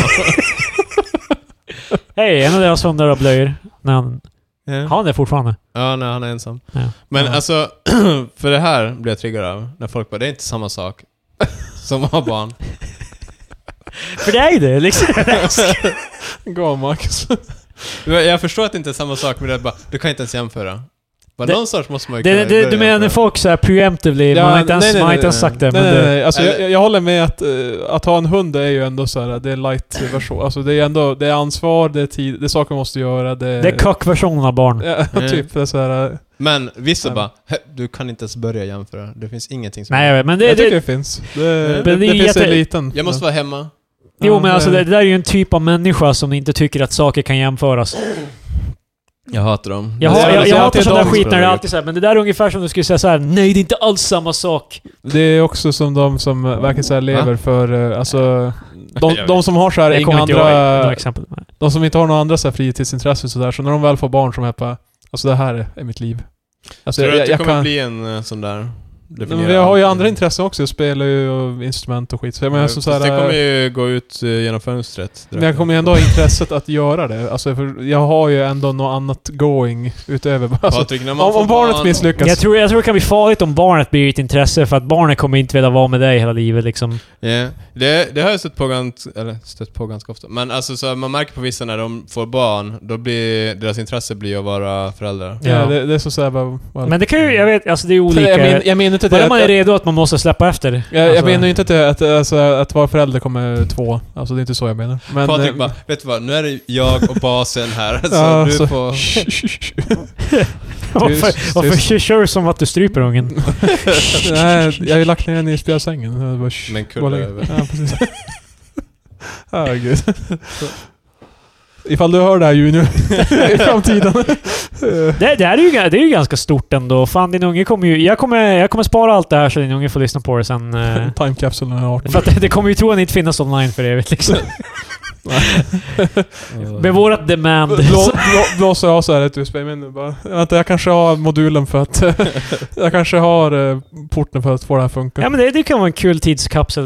Hej, en av deras hundar har blöjor. Har han det fortfarande? Ja, nej, han är ensam. Ja. Men alltså, för det här blir jag triggad av. När folk bara, det är inte samma sak som att ha barn. För det är ju det, liksom. Gå Max. Jag förstår att det inte är samma sak, men det är bara, du kan inte ens jämföra. Någonstans måste man ju du menar när folk så här preemptively, man har inte ens sagt det. Nej. Alltså, jag håller med att ha en hund är ju ändå så här, det är light version. Alltså det är ändå, det är ansvar, det är tid, det är saker man måste göra. Det är kock-versionen av barn. Ja, typ det är så här. Men vissa bara, du kan inte ens börja jämföra. Det finns ingenting som... Nej, jag vet, men jag tycker det finns. Det finns en liten. Jag måste vara hemma. Jo, men alltså det där är ju en typ av människa som inte tycker att saker kan jämföras. Jag hatar dem. Jag hatar sådana skit när det är alltid så här, men det där är ungefär som du skulle säga så här: nej, det är inte alls samma sak. Det är också som de som verkligen så här lever för, alltså de som har så här inga andra exempel. De som inte har några andra så här fritidsintressen så där, så när de väl får barn som är på, alltså det här är mitt liv. Alltså tror du att det kommer bli en sån där? Men jag har ju andra intressen också. Jag spelar ju instrument och skit. Så jag menar, så här, det kommer ju gå ut genom fönstret. Men jag kommer ju ändå ha intresset att göra det. Alltså, för jag har ju ändå något annat going utöver. Alltså, Patrik, om barnet misslyckas. Jag tror det kan bli farligt om barnet blir ett intresse, för att barnet kommer inte vilja vara med dig hela livet liksom. Yeah. Det har jag stött på ganska ofta. Men alltså, så man märker på vissa när de får barn, då blir deras intresse blir att vara föräldrar. Ja, det är så såhär bara... Men det kan ju, jag vet, alltså det är olika. Jag menar inte bara man är redo att man måste släppa efter. Jag menar ju inte att vara förälder kommer 2. Alltså det är inte så jag menar. Men Patrik bara, vet du vad, nu är det jag och basen här. Så ja, du så får... Varför kör du som att du stryper ungen? Nej, jag har ju lagt ner den i spjälsängen. Men kul över. Ja, precis. Gud. Ifall du hör det här Junior i framtiden. Det är ju ganska stort ändå. Fan, din unge kommer ju... Jag kommer spara allt det här så din unge får lyssna på det sen. Time capsule är 18. För att det kommer ju tro att det inte finnas online för evigt liksom. Med vårat demand. Blåser jag så här ett USB-minne bara. Vänta, jag kanske har modulen för att... jag kanske har porten för att få det här funka. Ja, men det kan vara en kul tidskapsel.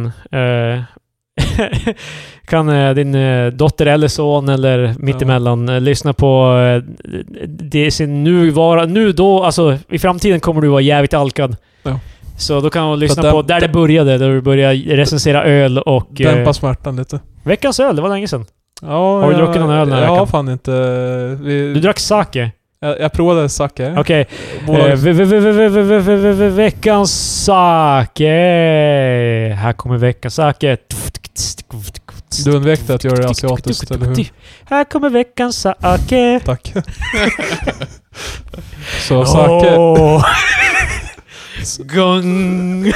Kan din dotter eller son eller mittemellan lyssna på det sin nu då, alltså i framtiden kommer du vara jävligt alkad. Ja. Så då kan man lyssna på där det började, där du började recensera öl och... Dämpa smärtan lite. Veckans öl, det var länge sedan. Ja, har du druckit någon öl den här veckan? Ja, fan inte. Du drack sake? Jag provade sake. Okej. Veckans sake. Här kommer veckans sake. Du undvek att göra det asiatiskt, eller hur? Här kommer veckans sake. Tack. Så sake... Gång.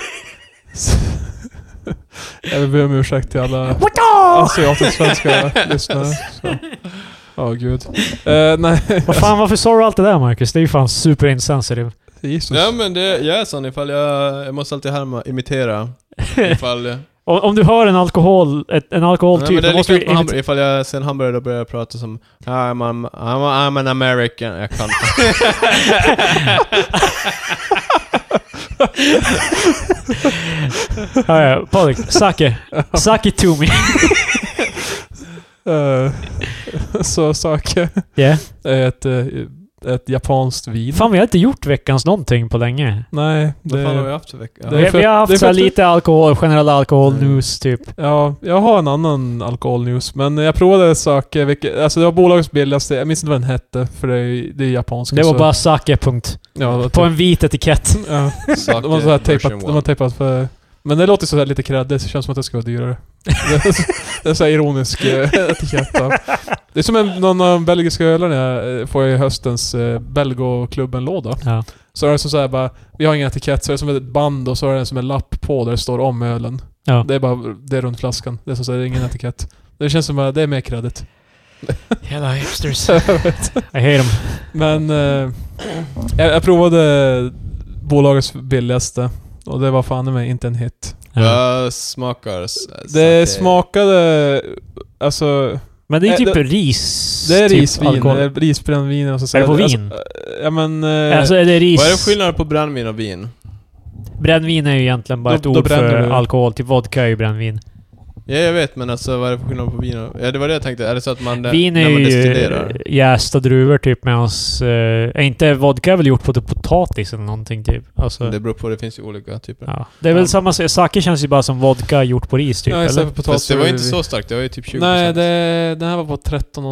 Jag vill be om ursäkt till alla asiatisk-svenska lyssnare. Gud. Nej. Vad fan, varför sa du allt det där, Marcus? Det är ju fan super insensitive. Jesus. Ja, men jag är sån ifall jag måste alltid imitera. Ifall... Om du hör en alkoholtyp, då måste du... Ifall jag sen hamburgare börjar jag prata som I'm an American. Jag kan Patrik, sake to me. Så sake är ett japanskt vin. Fan, vi har inte gjort veckans någonting på länge. Nej. Vad fan har vi haft för vecka? Vi har haft så lite alkohol, generella alkoholnews typ. Ja, jag har en annan alkoholnews. Men jag provade sake, alltså det var bolagets billigaste. Jag minns inte vad den hette, för det är japanska. Det var bara sake, punkt. Ja, på en vit etikett. Ja. De har tejpat för... Men det låter så här lite kreddigt, det känns som att det ska vara dyrare. Det är så här ironisk etikett. Det är som någon av de belgiska ölarna jag får i höstens Belgo-klubben-låda. Ja. Så är det så här bara, vi har ingen etikett, så är det som ett band och så är det som en lapp på där det står om ölen. Ja. Det är bara det är runt flaskan. Det är så här, det är ingen etikett. Det känns som att det är mer kreddigt. Hela hipsters. I hate them. Men Jag provade bolagets billigaste. Och det var fan med inte en hit. Vad smakar Det smakade... Alltså... Men det är typ ris. Det är typ risvin. Risbrännvin och så. Är det på vin? Ja men... Alltså är det ris... Vad är det skillnad på brännvin och vin? Brännvin är ju egentligen bara Då ett ord bränner för du. alkohol. Typ vodka är ju brännvin. Ja, jag vet, men alltså vad är det för skillnad på vin och... Ja, det var det jag tänkte. Är det så att man... Vin är när man ju destillerar? jästa druvor typ medans... inte vodka är väl gjort på typ potatis eller någonting typ. Alltså, Det beror på, det finns ju olika typer. ja. Det är väl samma... Sake känns ju bara som vodka gjort på ris typ, Ja, eller? istället för potatis. Fast det var inte så starkt, det var ju typ 20%. Nej, den här var på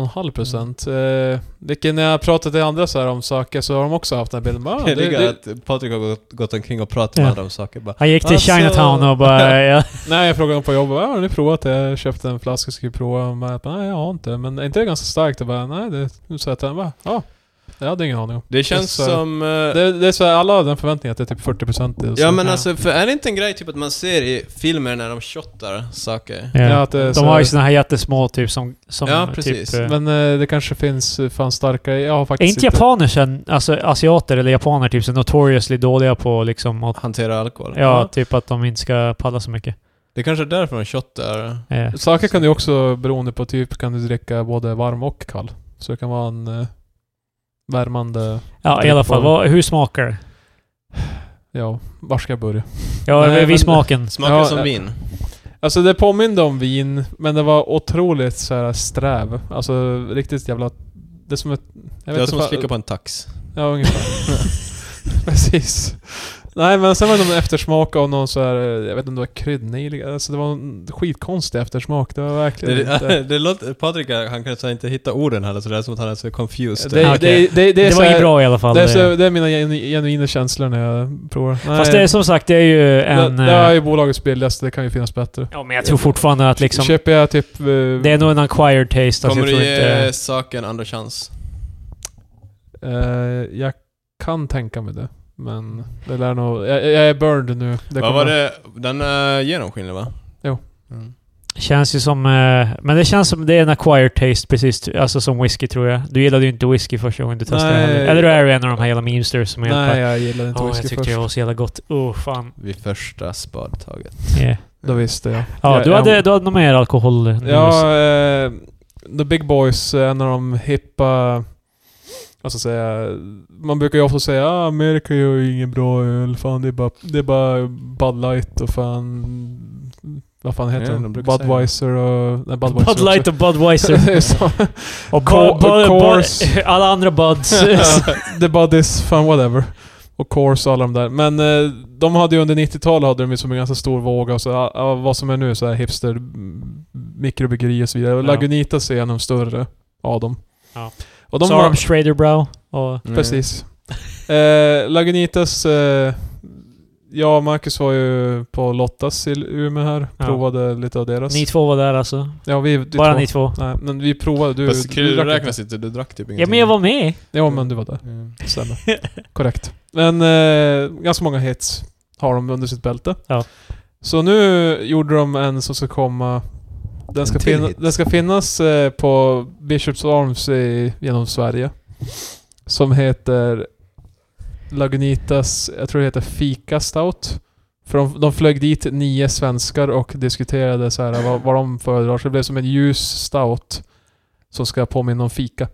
13,5%. Vilket när jag pratat till andra så här om saker så har de också haft den här bilden. Jag diggar att Patrik har gått omkring och pratat med Ja. andra om saker. Bara, Han gick till alltså- Chinatown och bara... ja. Nej, jag frågade dem på jobbet. Har ni provat det? Jag köpte en flaska och skulle prova. Och bara, nej, jag har inte. Men är inte det ganska starkt? Jag bara, nej, det... Nu sa jag till henne, ja. Jag hade ingen aning om. Det känns Det är så- som... Det är så här, alla har den förväntningen att det är typ 40%. Ja men alltså, för är det inte en grej typ att man ser i filmer när de shottar saker? Ja. Ja, att det är De så- har ju såna här jättesmå typ som Ja, precis. Typ, Men det kanske finns fan starkare. Jag har är faktiskt inte japaner sen, alltså asiater eller japaner typ så notoriously dåliga på liksom att, Hantera alkohol. ja, typ att de inte ska palla så mycket. Det är kanske är därför de shottar. Saker kan du också, beroende på typ, kan du dricka både varm och kall. Så det kan vara en värmande... Ja, i alla fall. Hur smakar det? Ja, var ska jag börja? Ja, Nej, vid men- smaken. Smakar Ja, som vin. Alltså det påminde om vin, men det var otroligt så här sträv. Alltså riktigt jävla... Det är som ett... Jag Det är vet som att inte, slicka på en tax. Ja, ungefär. Precis. Nej, men sen var det någon eftersmak av någon så här, jag vet inte om det var kryddnejlig. Alltså det var en skitkonstig eftersmak. Det var verkligen inte... Det låter... Patrik, han kan inte hitta orden heller, så det är som att han är så confused. Det är Det så var här- inget bra i alla fall. Det är mina genuina känslor när jag provar. Nej, Fast det är som sagt, det är ju en... det är ju bolagets billigaste, det kan ju finnas bättre. ja, men jag tror fortfarande att liksom... Köper jag typ... Det är nog en acquired taste. Alltså, Kommer jag du tror ge inte... saken en andra chans? jag kan tänka mig det. Men det lär nog... Jag är burned nu. Vad var det? Den är genomskinlig, va? Jo. Mm. Känns ju som... men det känns som det är en acquired taste, precis. Alltså som whisky, tror jag. Du gillade ju inte whisky första gången du testade Nej. heller. Eller är du en av de här jävla memesters som är helt Nej, bara... jag gillade inte jag whisky tyckte först. det var så jävla gott. Fan. Vid första spadtaget. Yeah. Då visste jag. Ja, Jag- du hade något mer alkohol? Ja, The Big Boys, en av de hippa... Vad ska jag säga? Man brukar ju ofta säga Amerika gör ju ingen bra öl. Fan, det är bara Bud Light och fan... Vad fan heter Ja, de de? brukar säga. Budweiser och... Nej, Budweiser Bud Light och Budweiser. Det är så. och Coors. alla andra Buds. The Buddies, fan whatever. Och Coors och alla de där. Men de hade ju under 90-talet hade de ju som en ganska stor våga och så vad som är nu så här hipster mikrobryggeri och så vidare. Ja. Lagunitas är en av de större av dem. Ja. Och de Så har de Schraderbrow och... Precis. Lagunitas... ja, Marcus var ju på Lottas i Umeå här. Ja. Provade lite av deras. Ni två var där alltså? Ja, vi Bara två. ni två? Nej, men vi provade. Fast Du kryddor drack räknas inte. inte, du drack typ ingenting. Ja, men jag var med. Ja, men du var där. Mm. Stämmer. Korrekt. Men ganska många hits har de under sitt bälte. Ja. Så nu gjorde de en som ska komma... Den ska, En till hit. den ska finnas på Bishops Arms genom Sverige. Som heter Lagunitas, jag tror det heter Fika Stout. För de flög dit 9 svenskar och diskuterade så här vad de föredrar. Så det blev som en ljus stout som ska påminna om fika.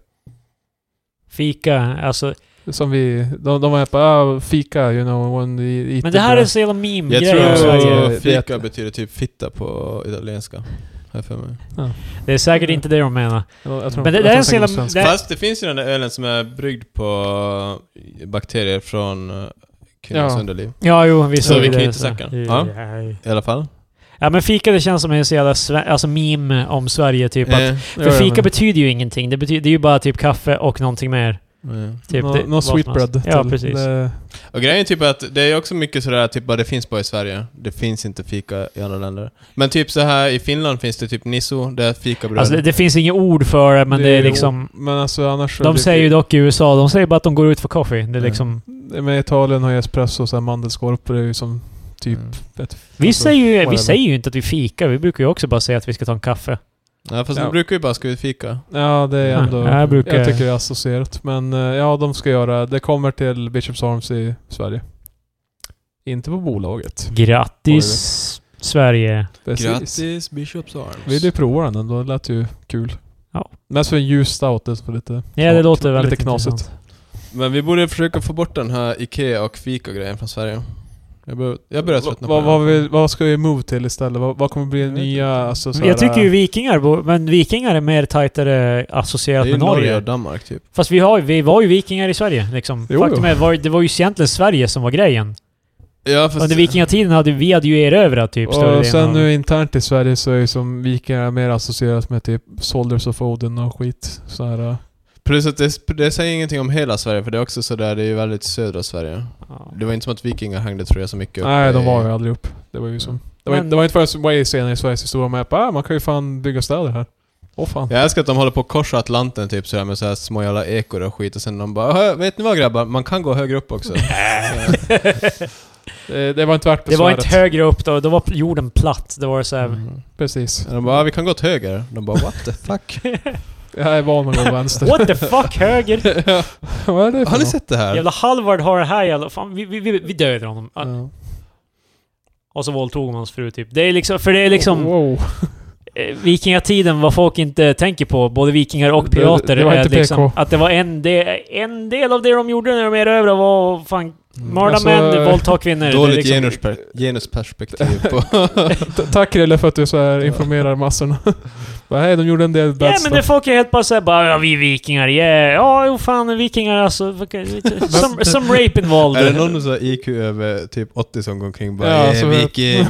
Fika, alltså... Som de var på fika, you know, when we eat Men the det här är bread. en så jävla meme Jag grej tror i Sverige. att det fika är- betyder typ fitta på italienska. Här för mig. Det är säkert inte det de menar. Jag tror- Men det jag är tror en så jävla... svensk. det- Fast det finns ju den där ölen som är bryggd på bakterier från kvinnans Ja. underliv. Ja, jo, vi Så såg vi det. knyter så. säcken. Ja. I alla fall. Ja, men fika det känns som en så jävla alltså meme om Sverige, typ. Att, Ja, för fika betyder ju ingenting. Det är ju bara typ kaffe och någonting mer. Typ no, det, no vad som sweetbread. helst. Ja, till. precis. Och grejen är typ att det är också mycket sådär typ bara det finns bara i Sverige. Det finns inte fika i andra länder. Men typ så här i Finland finns det typ nisso, det är fikabröd. Alltså det finns inget ord för det, men det är liksom... Men alltså annars... så De blir- säger ju dock i USA, de säger bara att de går ut för kaffe. Det är liksom... Men Italien har ju espresso och så här mandelskorpor, det är ju som typ... Mm. Ett, Vi alltså, säger whatever. ju inte att vi fikar, vi brukar ju också bara säga att vi ska ta en kaffe. Ja, fast de brukar ju bara ska ut fika. Ja, det är ändå... Jag tycker det är associerat. Men ja, de ska göra... Det kommer till Bishops Arms i Sverige. Inte på bolaget. Grattis Sverige. Precis. Grattis Bishops Arms. Vill du prova den ändå? Det lät ju kul. Ja. Mest för en ljus stout. Det är lite... Ja, det låter väldigt lite knasigt. intressant. Men vi borde försöka få bort den här Ikea och fika-grejen från Sverige. Jag börjar tröttna på vad ska vi move till istället? Vad kommer bli nya... Alltså, jag tycker ju vikingar, men vikingar är mer tajtare associerat med Norge. Norge och Danmark typ. Fast vi var ju vikingar i Sverige liksom. Faktum är, det var ju egentligen Sverige som var grejen. Ja, fast... Under vikingatiden hade vi ju erövrat typ större och sen av... nu internt i Sverige så är ju som vikingar mer associerat med typ Soldiers of Odin och skit. Så här. Plus att det säger ingenting om hela Sverige, för det är också så där, det är ju väldigt södra Sverige. Ja. Det var inte som att vikingar hängde, tror jag, så mycket upp. Nej, de var ju aldrig upp. Det var ju som... Det var inte förrän way senare i Sveriges historia med att man kan ju fan bygga städer här. Fan. Jag älskar att de håller på att korsa Atlanten typ sådär med så här små jävla ekor och skit, och sen de bara, vet ni vad grabbar, man kan gå högre upp också. Det var inte värt det var inte högre upp då var jorden platt. Det var så här... Precis. De bara, vi kan gå åt höger. De bara, what the fuck? Jag är van med att gå vänster. What the fuck, höger? Ja. Vad är det? Har ni sett det här? Jävla Halvard har det här jävla... Fan, vi dödade honom. Ja. Och så våldtog man hans fru typ. Det är liksom... För det är liksom... Wow. Vikingatiden, vad folk inte tänker på, både vikingar och pirater, det var inte liksom, att det var en del av det de gjorde när de erövrade var fan mörda män, våldta kvinnor. Dåligt liksom... genusperspektiv på... Tack Rille för att du så här informerar massorna. Hej, de gjorde en del bad stuff. Men det folk är helt bara såhär, ja, vi är vikingar, ja, fan, vikingar alltså. Some rape involved. Är det någon som IQ över typ 80 som går omkring bara, viking?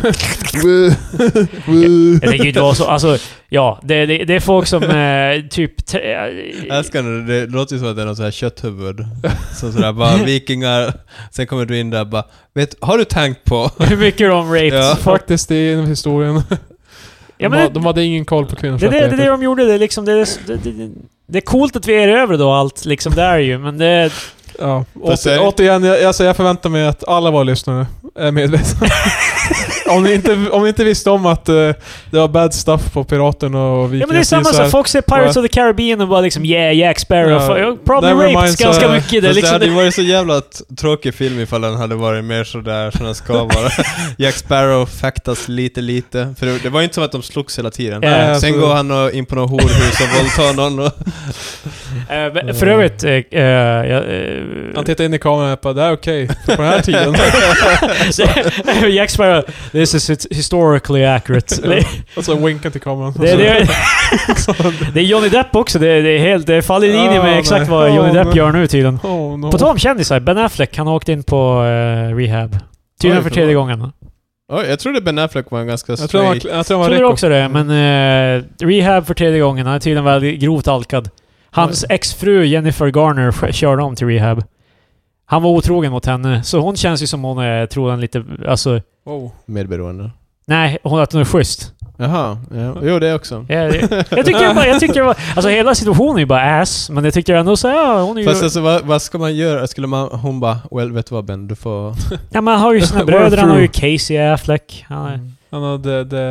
Jag tänker inte vara så, alltså, ja, det är folk som typ... Jag älskar det låter ju som att det är något så här kötthuvud. Som sådär bara, vikingar. Sen kommer du in där bara, har du tänkt på? Hur mycket de raped? Ja, faktiskt, det är inom historien. De hade ingen koll på kvinnors rättigheter. Det är det de gjorde. Det är liksom... Det är coolt att vi är över då allt. Liksom, det är ju, men det... Ja, återigen, jag förväntar mig att alla våra lyssnare är medvetna. om ni inte visste om att det var bad stuff på piraten och vikingar. Ja, men det är samma sak. Folk ser Pirates of the Caribbean och bara liksom, Jack Sparrow. Probably raped ganska mycket. Det hade ju varit så jävla tråkig film ifall den hade varit mer sådär som den ska vara. Jack Sparrow faktas lite. För det var ju inte som att de slogs hela tiden. Sen går han in på något horhus och våldtar någon. För övrigt, han tittar in i kameran och bara, det är okej. På den här tiden. Jack Sparrow, this is historically accurate. Och så vinkar till kameran. Det är Johnny Depp också. Det faller i linje med exakt vad Johnny Depp gör nu tydligen. På tal om kändisar, Ben Affleck, han har åkt in på rehab. Tydligen för 3:e gången. Jag trodde Ben Affleck var en ganska straight. Jag tror också det, men rehab för 3:e gången. Han är tydligen väldigt grovt alkad. Hans exfru Jennifer Garner körde om till rehab. Han var otrogen mot henne, så hon känns ju som hon är, tror han, lite, alltså... Medberoende. Nej, att hon är schysst. Jaha, ja. Jo, det också. Jag tycker det var... Alltså hela situationen är ju bara ass, men jag tycker ändå så hon är ju... Fast alltså, vad ska man göra? Hon bara, vet du vad Ben, du får... Ja, man har ju sina bröder, han har ju Casey Affleck. Han har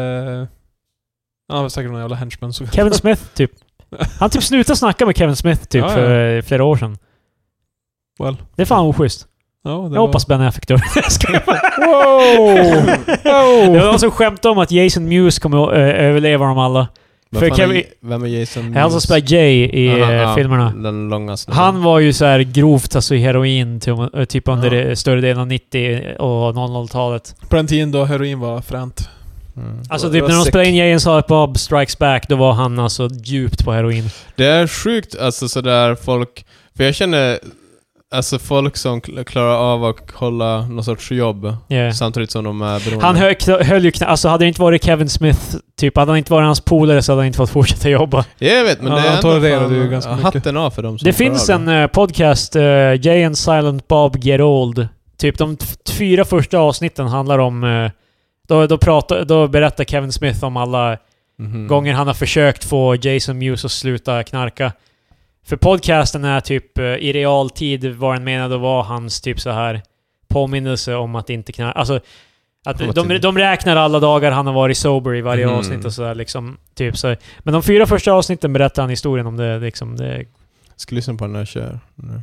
han var säkert någon jävla henchman. Kevin Smith, typ. Han typ slutade snacka med Kevin Smith, typ, för flera år sedan. Well. Det är fan oschysst. Jag hoppas Ben Affleck då. Wow! Det var någon som skämtade om att Jason Mewes kommer överleva dem alla. Vem är Jason Mewes? Han som spelar Jay i filmerna. Den långa han var ju så här grovt, alltså i heroin typ under större delen av 90 och 00-talet. På den tiden då heroin var fränt. Alltså typ när de spelade in Jay and Silent Bob Strikes Back, då var han alltså djupt på heroin. Det är sjukt, alltså sådär folk... För jag känner... Alltså folk som klarar av att hålla någon sorts jobb samtidigt som de är beroende. Han höll ju alltså hade det inte varit Kevin Smith, typ hade han inte varit hans polare så hade han inte fått fortsätta jobba. Jag vet, men det är tolererade ju ganska mycket. Hatten av för dem som det finns en podcast, Jay and Silent Bob Get Old. Typ de 4 första avsnitten handlar om... Då berättar Kevin Smith om alla gånger han har försökt få Jason Mewes att sluta knarka. För podcasten är typ i realtid vad den menade att vara hans typ så här påminnelse om att inte knarka. Alltså Att de räknar alla dagar han har varit sober i varje avsnitt och sådär liksom. Typ så. Men de 4 första avsnitten berättar han historien om det liksom. Ska lyssna på den när jag kör.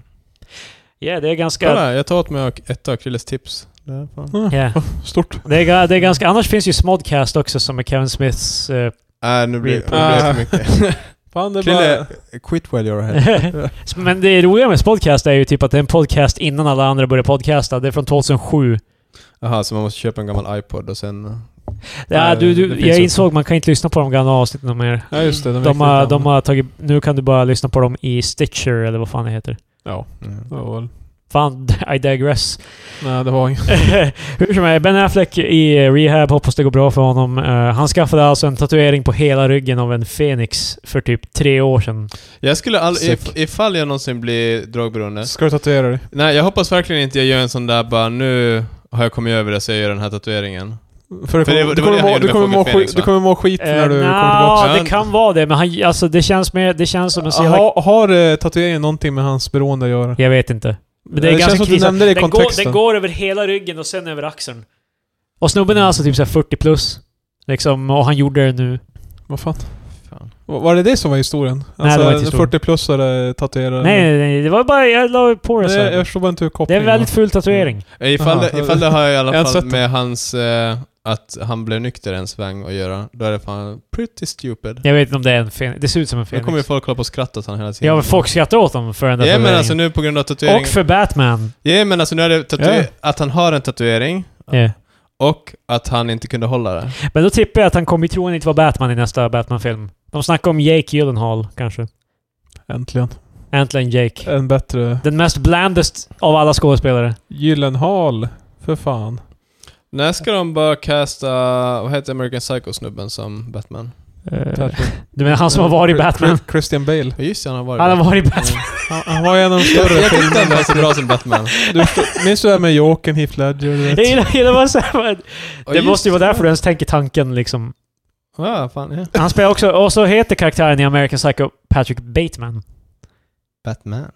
Ja, det är ganska... Kolla, jag tar åt mig ett av Krilles tips. Stort. Det är ganska... Annars finns ju Smodcast också som är Kevin Smiths... nu blir det för mycket. Fan, det Krille, quit while you're ahead. Men det roliga med Smodcast är ju typ att det är en podcast innan alla andra började podcasta. Det är från 2007. Jaha, så man måste köpa en gammal iPod och sen... Ja, jag insåg man kan inte lyssna på de gamla avsnitten mer. Ja, just det. De har tagit... Nu kan du bara lyssna på dem i Stitcher eller vad fan det heter. Ja. Fan, I digress. Nej, det var inget. Hur som helst, Ben Affleck i rehab, hoppas det går bra för honom. Han skaffade alltså en tatuering på hela ryggen av en fenix för typ 3 år sedan. Jag skulle ifall jag någonsin blir drogberoende. Ska du tatuera dig? Nej, jag hoppas verkligen inte jag gör en sån där bara nu har jag kommit över det så jag gör den här tatueringen. Du kommer må skit när du kommer tillbaka. Det kan vara det, men det känns som en så jävla... Har tatueringen någonting med hans beroende att göra? Jag vet inte. Men det är ganska krisat. Den går över hela ryggen och sen över axeln. Och snubben är alltså typ så 40 plus. Liksom, och han gjorde det nu. Vad fan? Var det som var historien? Nej, det var inte historien. 40-plussare tatuerade... Nej, det var bara... Jag la på det så. Jag förstår bara inte hur kopplingen. Det är en väldigt full tatuering. Ifall det har jag i alla fall med hans... att han blev nykter en sväng och göra, då är det fan pretty stupid. Jag vet inte om det är en fenix. Det ser ut som en fenix. Då kommer ju folk hålla på och skratta åt han hela tiden. Ja, men folk skrattar åt honom för den där men alltså nu på grund av tatueringen. Och för Batman. Ja, men alltså nu är det att han har en tatuering. Ja. Och att han inte kunde hålla det. Men då tippar jag att han kommer troligen inte vara Batman i nästa Batman-film. De snackar om Jake Gyllenhaal, kanske. Äntligen Jake. En bättre... Den mest blandest av alla skådespelare. Gyllenhaal. För fan. När ska de bara casta... Vad heter American Psycho-snubben som Batman? Du menar han som har varit Batman? Christian Bale. Just det, han har varit Batman. Han var en av de större jag tyckte han var så bra som Batman. Minns du det här med Jokern, Heath Ledger? Det måste ju vara därför du ens tänker tanken liksom. Fan, Han spelar också... Och så heter karaktären i American Psycho Patrick Bateman. Batman.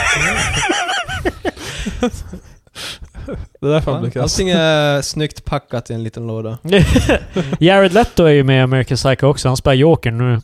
Det är därför han blir kass. Allting är snyggt packat i en liten låda. Jared Leto är ju med i American Psycho också. Han spelar Joker nu.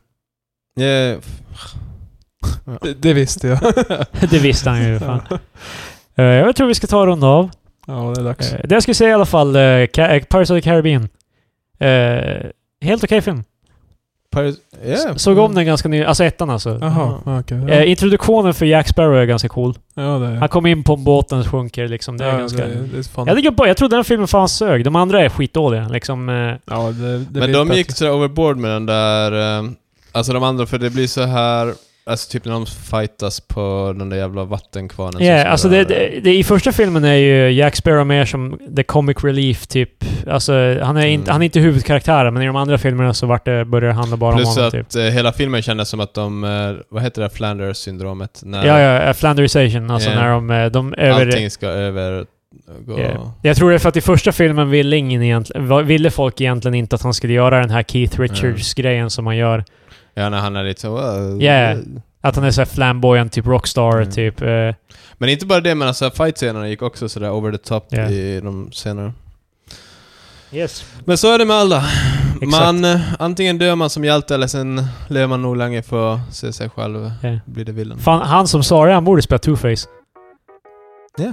Det visste jag. Det visste han ju. Fan. Jag tror vi ska ta en runda av. Ja, det är dags. Det jag skulle säga i alla fall, Pirates of the Caribbean. Helt okej film. Såg om den ganska ny, alltså ettan alltså. Jaha, okej. Introduktionen för Jack Sparrow är ganska cool. Ja, det är. Han kommer in på båten och sjunker liksom. Det är ganska... Det är jag trodde den filmen fan sög. De andra är skitdåliga liksom. Men de gick så overboard med den där... alltså de andra, för det blir så här... Alltså typ när de fightas på den där jävla vattenkvarnen. Ja, alltså det i första filmen är ju Jack Sparrow mer som the comic relief typ. Alltså han är inte huvudkaraktären, men i de andra filmerna så börjar det handla bara om honom typ. Plus att hela filmen kändes som att de... vad heter det? Flanders-syndromet? Ja, Flanderization. Alltså när de allting ska övergå... Yeah. Jag tror det är för att i första filmen ville folk egentligen inte att han skulle göra den här Keith Richards-grejen som han gör. Ja, när han är lite så... att han är så här flamboyant, typ rockstar, typ... Men inte bara det, men alltså fight-scenerna gick också sådär over the top i de scenerna. Yes. Men så är det med alla. Antingen dör man som hjälte eller sen lever man nog länge för att se sig själv blir det villen. Fan, han som sa det, han borde spela Two-Face. Ja.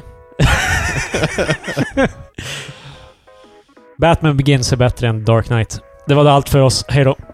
Batman Begins är bättre än Dark Knight. Det var allt för oss. Hej då.